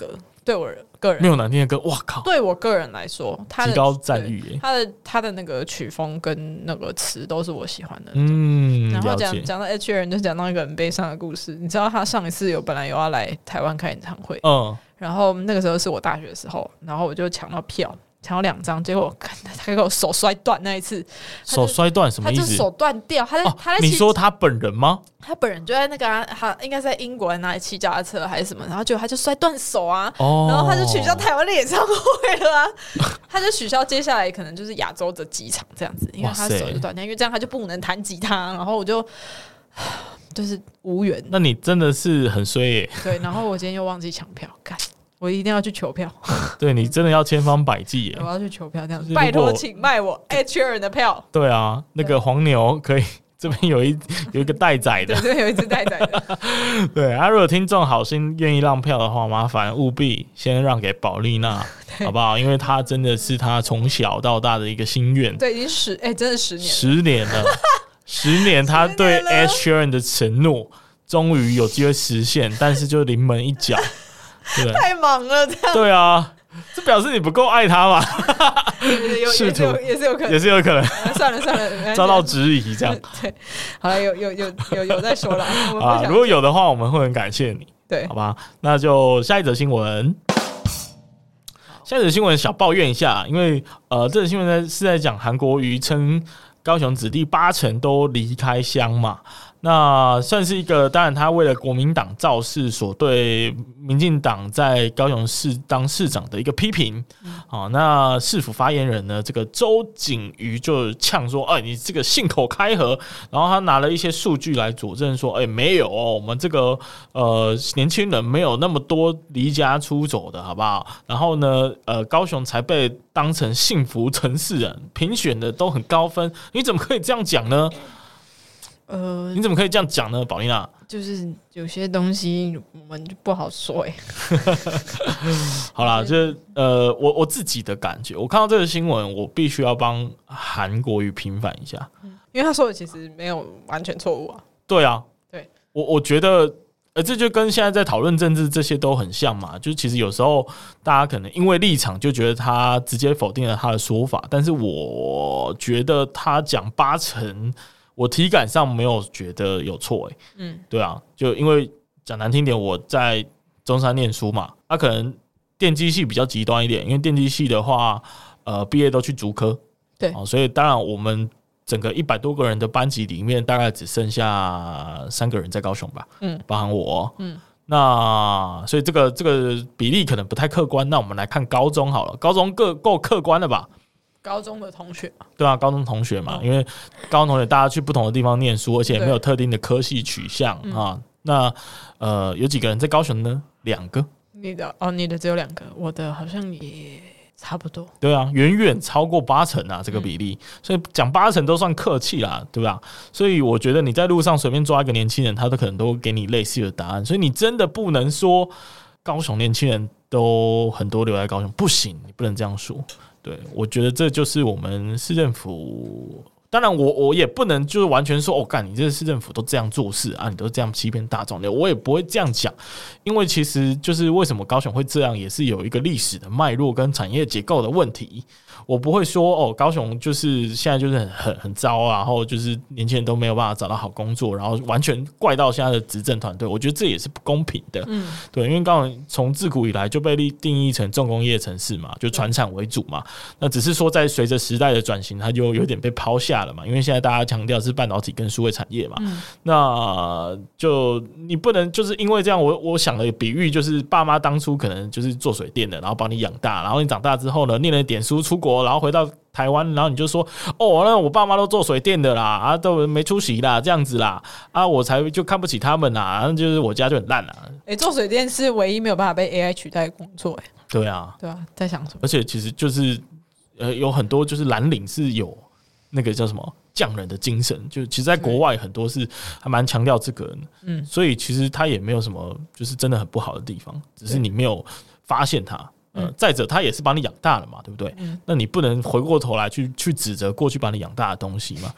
对我个人没有难听的歌，哇靠！ 对我个人来说，他的极高赞誉耶。 他的那个曲风跟那个词都是我喜欢的。然后讲到 Ed Sheeran 就讲到一个很悲伤的故事。你知道他上一次本来有要来台湾开演唱会，然后那个时候是我大学的时候，然后我就抢到票。抢到2张，结果他给我手摔断那一次。 手摔断什么意思？ 他就手断掉。他在你说他本人吗？ 他本人就在那个他应该在英国哪里骑脚踏车还是什么，然后结果他就摔断手啊。然后他就取消台湾的演唱会了啊。他就取消接下来可能就是亚洲的几场这样子，因为他手就断掉，因为这样他就不能弹吉他。然后我就是无缘。 那你真的是很衰耶。 对，然后我今天又忘记抢票，干。我一定要去求票。对， 你真的要千方百计耶！ 我要去求票，这样子拜托，请卖我 Ed Sheeran 的票。 对啊，那个黄牛可以，这边有一个待宰的， 对，这边有一只待宰的。 对啊，如果听众好心愿意让票的话，麻烦务必先让给宝丽娜，好不好？因为她真的是她从小到大的一个心愿。 对，已经真的 10年了，10年，她对 Ed Sheeran 的承诺终于有机会实现，但是就临门一脚。 太忙了，这样。 对啊，这表示你不够爱他嘛？ 也是有可能， 也是有可能。 算了， 遭到质疑这样。 对，好了，有在说了。 啊，如果有的话，我们会很感谢你。 对， 好吧，那就下一则新闻。下一则新闻小抱怨一下，因为这则新闻是在讲韩国瑜称高雄子弟80%都离开乡嘛。那算是一个，当然他为了国民党造势所对民进党在高雄市当市长的一个批评。那市府发言人呢，这个周景瑜就呛说：“你这个信口开河。”然后他拿了一些数据来佐证说：“没有我们这个年轻人没有那么多离家出走的，好不好？然后呢，高雄才被当成幸福城市人，评选的都很高分，你怎么可以这样讲呢？”你怎么可以这样讲呢，宝丽娜？ 就是有些东西我们就不好说好啦，就是我自己的感觉，我看到这个新闻，我必须要帮韩国瑜平反一下， 因为他说的其实没有完全错误啊。 对啊， 对， 我觉得。这就跟现在在讨论政治这些都很像嘛，就是其实有时候大家可能因为立场就觉得他直接否定了他的说法，但是我觉得他讲80%，我体感上没有觉得有错对啊，就因为讲难听点，我在中山念书嘛，可能电机系比较极端一点，因为电机系的话，毕业都去竹科， 对， 所以当然我们。整个100多个人的班级里面，大概只剩下3个人在高雄吧，包含我，那所以这个比例可能不太客观。那我们来看高中好了，高中够客观了吧？ 高中的同学嘛， 对啊，高中同学嘛，因为高中同学大家去不同的地方念书，而且也没有特定的科系取向啊。那有几个人在高雄呢？2个。你的只有2个，我的好像也。差不多， 对啊，远远超过80%啊，这个比例，所以讲80%都算客气啦，对吧？所以我觉得你在路上随便抓一个年轻人，他都可能都给你类似的答案，所以你真的不能说高雄年轻人都很多留在高雄，不行，你不能这样说。对，我觉得这就是我们市政府。当然我也不能就是完全说干你这个市政府都这样做事啊，你都这样欺骗大众，我也不会这样讲，因为其实就是为什么高雄会这样，也是有一个历史的脉络跟产业结构的问题。我不会说高雄就是现在就是很糟啊，然后就是年轻人都没有办法找到好工作，然后完全怪到现在的执政团队，我觉得这也是不公平的。对，因为高雄从自古以来就被定义成重工业城市嘛，就传产为主嘛。那只是说在随着时代的转型，它就有点被抛下了嘛，因为现在大家强调是半导体跟数位产业嘛。那就你不能就是因为这样，我想的比喻就是爸妈当初可能就是做水电的，然后把你养大，然后你长大之后呢，念了点书出国，然后回到台湾，然后你就说那我爸妈都做水电的啦，都没出息啦，这样子啦，我才就看不起他们啦，就是我家就很烂啦。 做水电是唯一没有办法被 AI 取代的工作。 对啊， 在想什么？ 而且其实就是有很多就是蓝领是有那个叫什么匠人的精神，就其实在国外很多是还蛮强调这个的，所以其实他也没有什么就是真的很不好的地方，只是你没有发现它。再者，他也是把你养大了嘛，对不对？那你不能回过头来去指责过去把你养大的东西嘛？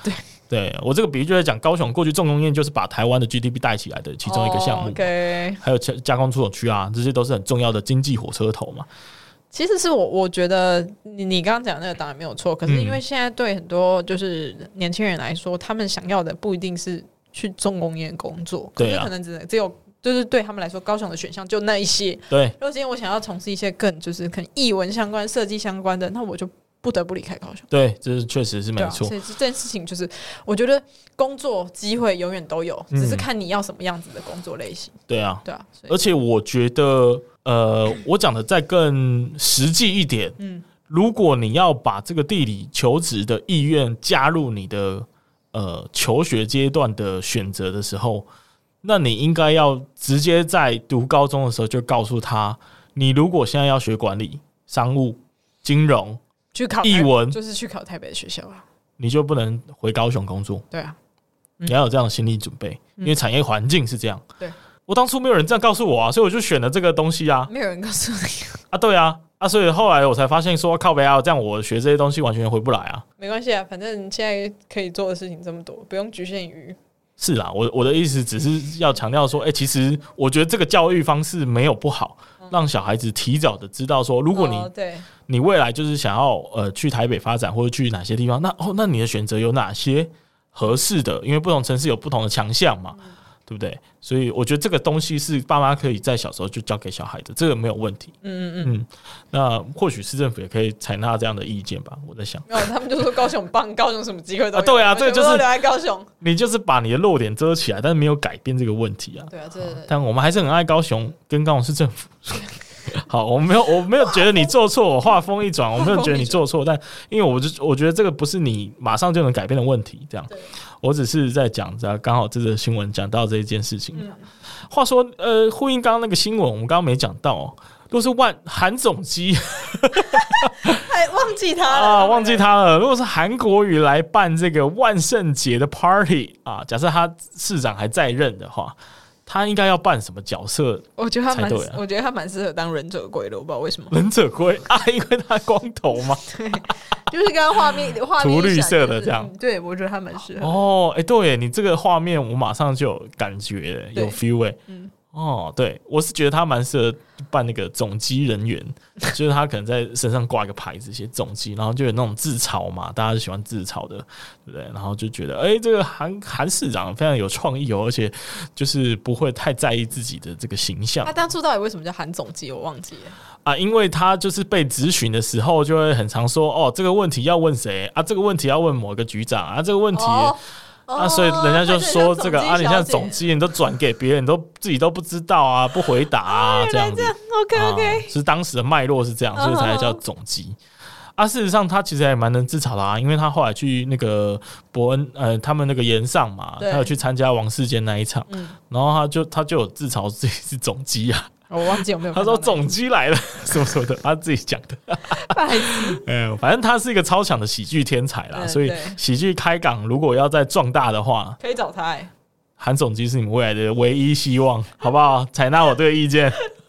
对，我这个比喻就在讲高雄过去重工业就是把台湾的 GDP 带起来的其中一个项目，还有加工出口区啊，这些都是很重要的经济火车头嘛。 其实是我觉得你刚刚讲的那个当然没有错，可是因为现在对很多就是年轻人来说，他们想要的不一定是去重工业工作，可是可能只有就是对他们来说，高雄的选项就那一些。 对， 如果今天我想要从事一些更就是可能艺文相关、设计相关的，那我就不得不离开高雄。 对，这确实是没错。 所以这件事情就是，我觉得工作机会永远都有，只是看你要什么样子的工作类型。 对啊，而且我觉得，我讲的再更实际一点，如果你要把这个地理求职的意愿加入你的求学阶段的选择的时候，那你应该要直接在读高中的时候就告诉他，你如果现在要学管理、商务、金融、 去考艺文， 就是去考台北的学校啊， 你就不能回高雄工作。 对啊， 你要有这样的心理准备，因为产业环境是这样。 对， 我当初没有人这样告诉我啊，所以我就选了这个东西啊。 没有人告诉你啊？对啊，所以后来我才发现说，靠北啊，这样我学这些东西完全回不来啊。 没关系啊，反正现在可以做的事情这么多，不用局限于。 是啦，我的意思只是要强调说，其实我觉得这个教育方式没有不好，让小孩子提早的知道说，如果你未来就是想要去台北发展或者去哪些地方，那你的选择有哪些合适的？因为不同城市有不同的强项嘛。对不对？所以我觉得这个东西是爸妈可以在小时候就教给小孩的，这个没有问题。那或许市政府也可以采纳这样的意见吧，我在想。 他们就说高雄棒，高雄什么机会都有。 对啊，这个就是留在高雄， 你就是把你的弱点遮起来，但是没有改变这个问题啊。 对啊， 但我们还是很爱高雄，跟高雄市政府。好，我没有觉得你做错，我话锋一转，我没有觉得你做错，但因为我觉得这个不是你马上就能改变的问题，这样，我只是在讲，刚好这则新闻讲到这一件事情。话说，呼应刚刚那个新闻，我们刚刚没讲到，如果是韩总机， 还忘记他了啊，忘记他了。如果是韩国瑜来办这个万圣节的 party 啊，假设他市长还在任的话。他应该要扮什么角色？ 我觉得他蛮适合当忍者龟的，我不知道为什么。 忍者龟啊，因为他光头嘛。 对，就是刚刚画面涂绿色的这样。 对，我觉得他蛮适合。 哦，对你这个画面，我马上就有感觉了，有 feel 对，我是觉得他蛮适合扮那个总机人员，就是他可能在身上挂一个牌子写总机，然后就有那种自嘲嘛，大家就喜欢自嘲的，对不对？然后就觉得，这个韩市长非常有创意而且就是不会太在意自己的这个形象。 他当初到底为什么叫韩总机？我忘记了啊，因为他就是被质询的时候，就会很常说，这个问题要问谁啊？这个问题要问某个局长啊？这个问题。所以人家就说这个你像总机，你都转给别人，你都自己都不知道啊，不回答啊，这样子。 OK， 是当时的脉络是这样，所以才叫总机。事实上他其实还蛮能自嘲的啊，因为他后来去那个伯恩他们那个岩上嘛，他有去参加王世坚那一场，然后他就有自嘲自己是总机啊。 我忘记有没有。 他说总机来了什么什么的，他自己讲的。反正他是一个超强的喜剧天才啦，所以喜剧开港如果要再壮大的话， 可以找他。 韩总机是你们未来的唯一希望，好不好？采纳我这个意见。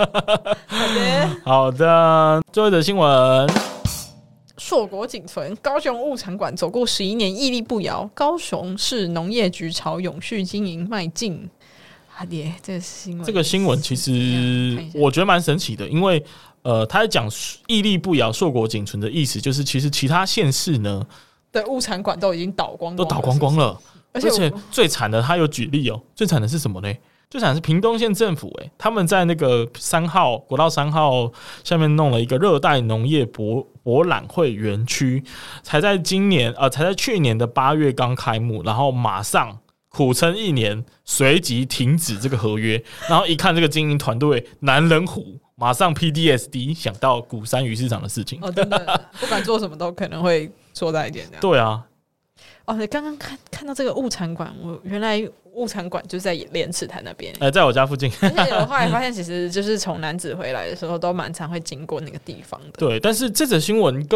好的，最后一则新闻。 硕果仅存，高雄物产馆走过11年屹立不摇，高雄市农业局朝永续经营迈进。这个新闻其实我觉得蛮神奇的，因为他在讲屹立不摇、硕果仅存的意思，就是其实其他县市呢的物产馆都已经倒光了，而且最惨的，他有举例最惨的是什么呢？最惨的是屏东县政府，他们在那个国道3号下面弄了一个热带农业博览会园区，才在去年的8月刚开幕，然后马上苦撑1年，随即停止这个合约。然后一看这个经营团队男人虎，马上 PTSD 想到鼓山鱼市场的事情。 真的，不管做什么都可能会说再见。 对啊。 你刚刚看到这个物产馆，我原来物产馆就在莲池潭那边。 在我家附近。 而且我后来发现，其实就是从楠梓回来的时候，都蛮常会经过那个地方的。 对，但是这则新闻跟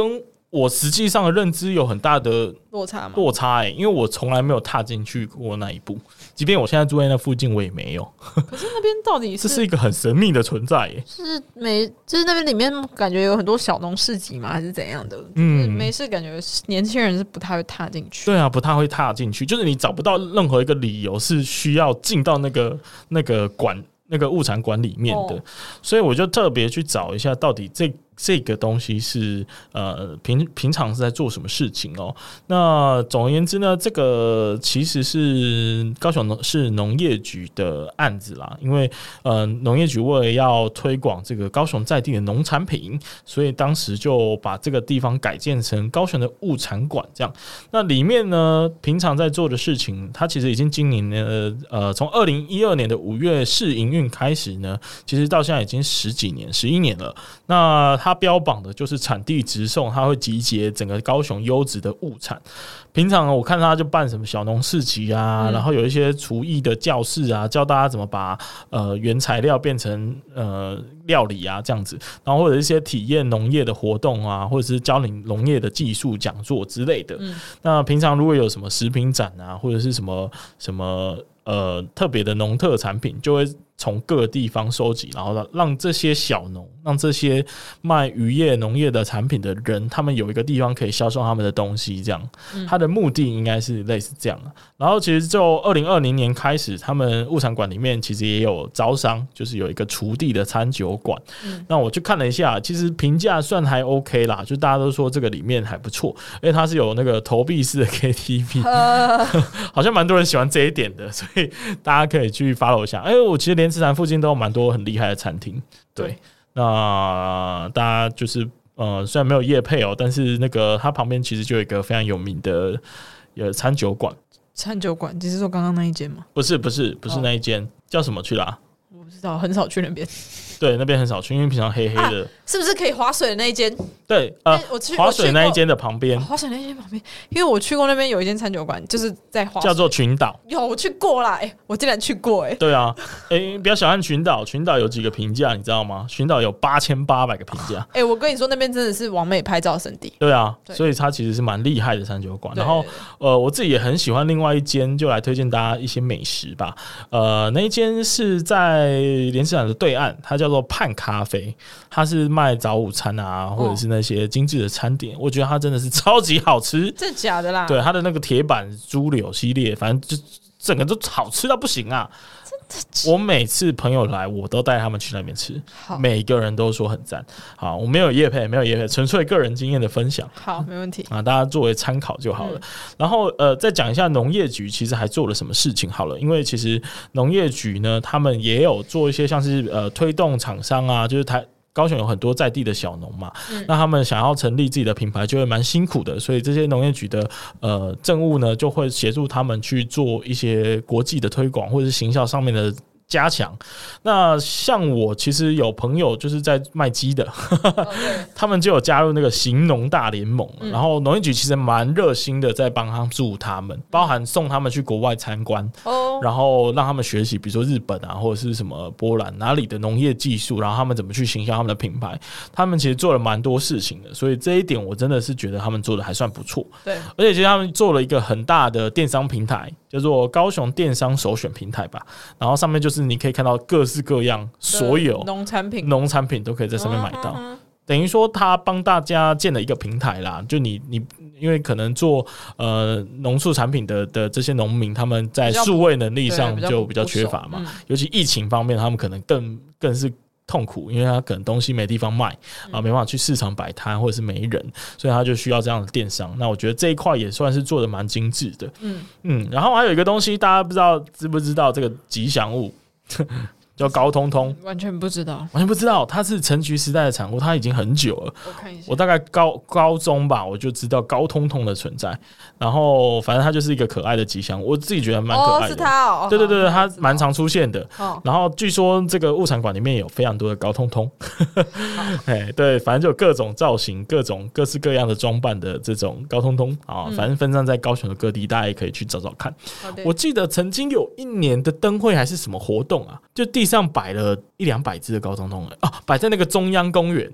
我实际上的认知有很大的落差吗？ 落差因为我从来没有踏进去过那一步，即便我现在住在那附近，我也没有。 可是那边到底是这是一个很神秘的存在就是那边里面感觉有很多小农市集吗？还是怎样的？没事，感觉年轻人是不太会踏进去。 对啊，不太会踏进去，就是你找不到任何一个理由是需要进到那个物产馆里面的，所以我就特别去找一下，到底这个东西是平常是在做什么事情哦。那总而言之呢，这个其实是高雄市农业局的案子啦，因为农业局为了要推广这个高雄在地的农产品，所以当时就把这个地方改建成高雄的物产馆这样。那里面呢，平常在做的事情，它其实已经经营了从2012年的5月试营运开始呢，其实到现在已经11年了。那它标榜的就是产地直送，它会集结整个高雄优质的物产。平常我看它就办什么小农市集啊，然后有一些厨艺的教室啊，教大家怎么把原材料变成料理啊这样子，然后或者一些体验农业的活动啊，或者是教你农业的技术讲座之类的。那平常如果有什么食品展啊，或者是什么特别的农特产品，就会从各地方收集，然后让这些小农，让这些卖渔业农业的产品的人，他们有一个地方可以销售他们的东西，这样他的目的应该是类似这样。然后其实就2020年开始，他们物产馆里面其实也有招商，就是有一个厨地的餐酒馆。那我去看了一下，其实评价算还 OK 啦，就大家都说这个里面还不错，因为它是有那个投币式的 KTV，好像蛮多人喜欢这一点的，所以大家可以去 follow 一下。我其实莲池潭附近都有蛮多很厉害的餐厅，对，那大家就是虽然没有业配但是那个它旁边其实就有一个非常有名的餐酒馆。 餐酒馆，你是说刚刚那一间吗？ 不是那一间，叫什么去啦？ 我不知道，很少去那边。 对，那边很少去，因为平常黑黑的。 是不是可以划水的那一间？ 对，划水那一间的旁边。 划水那一间旁边，因为我去过那边有一间餐酒馆，就是在划水， 叫做群岛。 有，我去过啦，我竟然去过， 对啊，不要小看群岛，群岛有几个评价，你知道吗？群岛有8800个评价。 我跟你说，那边真的是网美拍照圣地。 对啊，所以它其实是蛮厉害的餐酒馆。然后我自己也很喜欢另外一间，就来推荐大家一些美食吧。那一间是在莲池潭的对岸，它叫做盼咖啡，它是卖早午餐啊，或者是那些精致的餐点。我觉得它真的是超级好吃。 真的假的啦？ 对，它的那个铁板猪柳系列，反正就整个都好吃到不行啊！我每次朋友来，我都带他们去那边吃，每个人都说很赞。好，我没有业配，纯粹个人经验的分享。 好，没问题啊，大家作为参考就好了。然后再讲一下农业局其实还做了什么事情好了，因为其实农业局呢，他们也有做一些像是推动厂商啊，就是高雄有很多在地的小农嘛，那他们想要成立自己的品牌就会蛮辛苦的，所以这些农业局的政务呢，就会协助他们去做一些国际的推广或者是行销上面的加强。那像我其实有朋友就是在卖鸡的他们就有加入那个行农大联盟，然后农业局其实蛮热心的在帮助他们，包含送他们去国外参观，然后让他们学习比如说日本啊或者是什么波兰哪里的农业技术，然后他们怎么去行销他们的品牌，他们其实做了蛮多事情的，所以这一点我真的是觉得他们做的还算不错。 对， 而且其实他们做了一个很大的电商平台，叫做高雄电商首选平台吧，然后上面就是你可以看到各式各样所有农产品都可以在上面买到，等于说他帮大家建了一个平台啦。就你因为可能做农畜产品的这些农民，他们在数位能力上就比较缺乏嘛，尤其疫情方面，他们可能更是痛苦，因为他可能东西没地方卖没办法去市场摆摊，或者是没人，所以他就需要这样的电商。那我觉得这一块也算是做的蛮精致的。然后还有一个东西，大家不知道知不知道这个吉祥物叫高通通？ 完全不知道， 它是陈菊时代的产物，它已经很久了。 我看一下， 我大概高中吧，我就知道高通通的存在。然后反正它就是一个可爱的吉祥物，我自己觉得蛮可爱的。 是它对，它蛮常出现的。然后据说这个物产馆里面有非常多的高通通，对，反正就有各种造型、各式各样的装扮的这种高通通啊，反正分散在高雄的各地，大家也可以去找找看。我记得曾经有一年的灯会还是什么活动啊，就地上摆了100-200只的高通通摆在那个中央公园。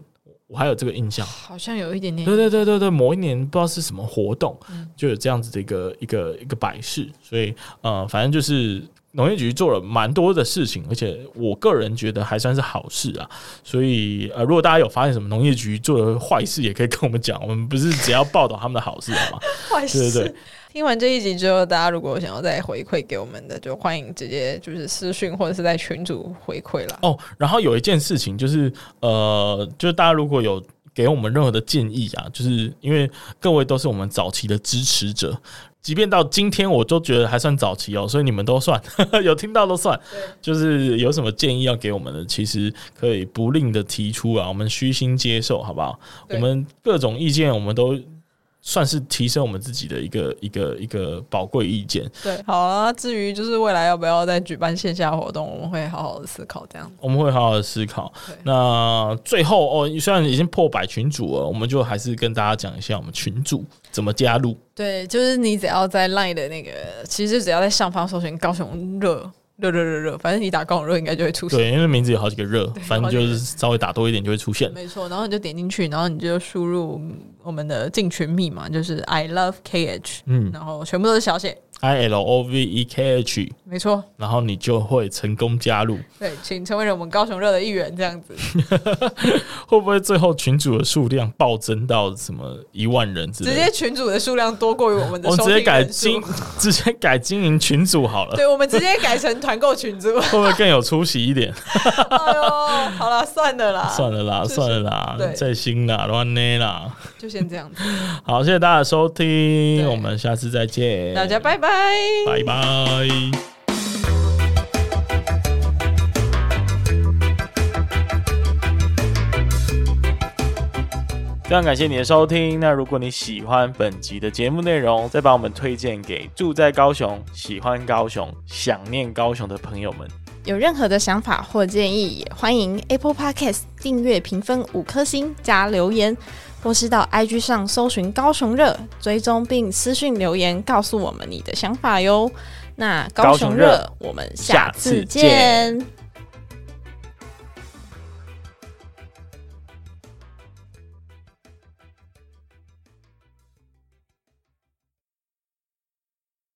我还有这个印象， 好像有一点点。 对，某一年不知道是什么活动，就有这样子的一个摆饰，所以反正就是农业局做了蛮多的事情，而且我个人觉得还算是好事啊。所以如果大家有发现什么农业局做的坏事，也可以跟我们讲，我们不是只要报道他们的好事，好吗？ 坏事， 对。 听完这一集之后，大家如果想要再回馈给我们的，就欢迎直接就是私讯或者是在群组回馈啦。 然后有一件事情就是就是大家如果有给我们任何的建议啊，就是因为各位都是我们早期的支持者，即便到今天我都觉得还算早期所以你们都算有听到都算，就是有什么建议要给我们的，其实可以不吝的提出啊，我们虚心接受，好不好？我们各种意见我们都算是提升我们自己的一个宝贵意见。 对，好啊。至于就是未来要不要再举办线下活动，我们会好好的思考。这样，我们会好好的思考。那最后虽然已经破100群组了，我们就还是跟大家讲一下我们群组怎么加入。对，就是你只要在 LINE 的那个，其实只要在上方搜寻高雄热，反正你打高雄热应该就会出现。对，因为名字有好几个热，反正就是稍微打多一点就会出现。没错，然后你就点进去，然后你就输入我们的进群密码，就是 I love KH，然后全部都是小写。ILOVEKH， 没错，然后你就会成功加入。对，请成为我们高雄热的一员，这样子。会不会最后群组的数量暴增到什么1万人之类的？直接群组的数量多过于我们的收听人数，直接改经营群组好了。对，我们直接改成团购群组，会不会更有出息一点？哎呦，好啦，算了啦，再新啦，乱捏啦，就先这样子。好，谢谢大家的收听，我们下次再见，大家拜拜。拜拜。非常感谢你的收听。那如果你喜欢本集的节目内容，再把我们推荐给住在高雄、喜欢高雄、想念高雄的朋友们。有任何的想法或建议，也欢迎 Apple Podcast 订阅、评分5颗星加留言，或是到 IG 上搜寻高雄热，追踪并私讯留言告诉我们你的想法哟。那高雄热，我们下次见。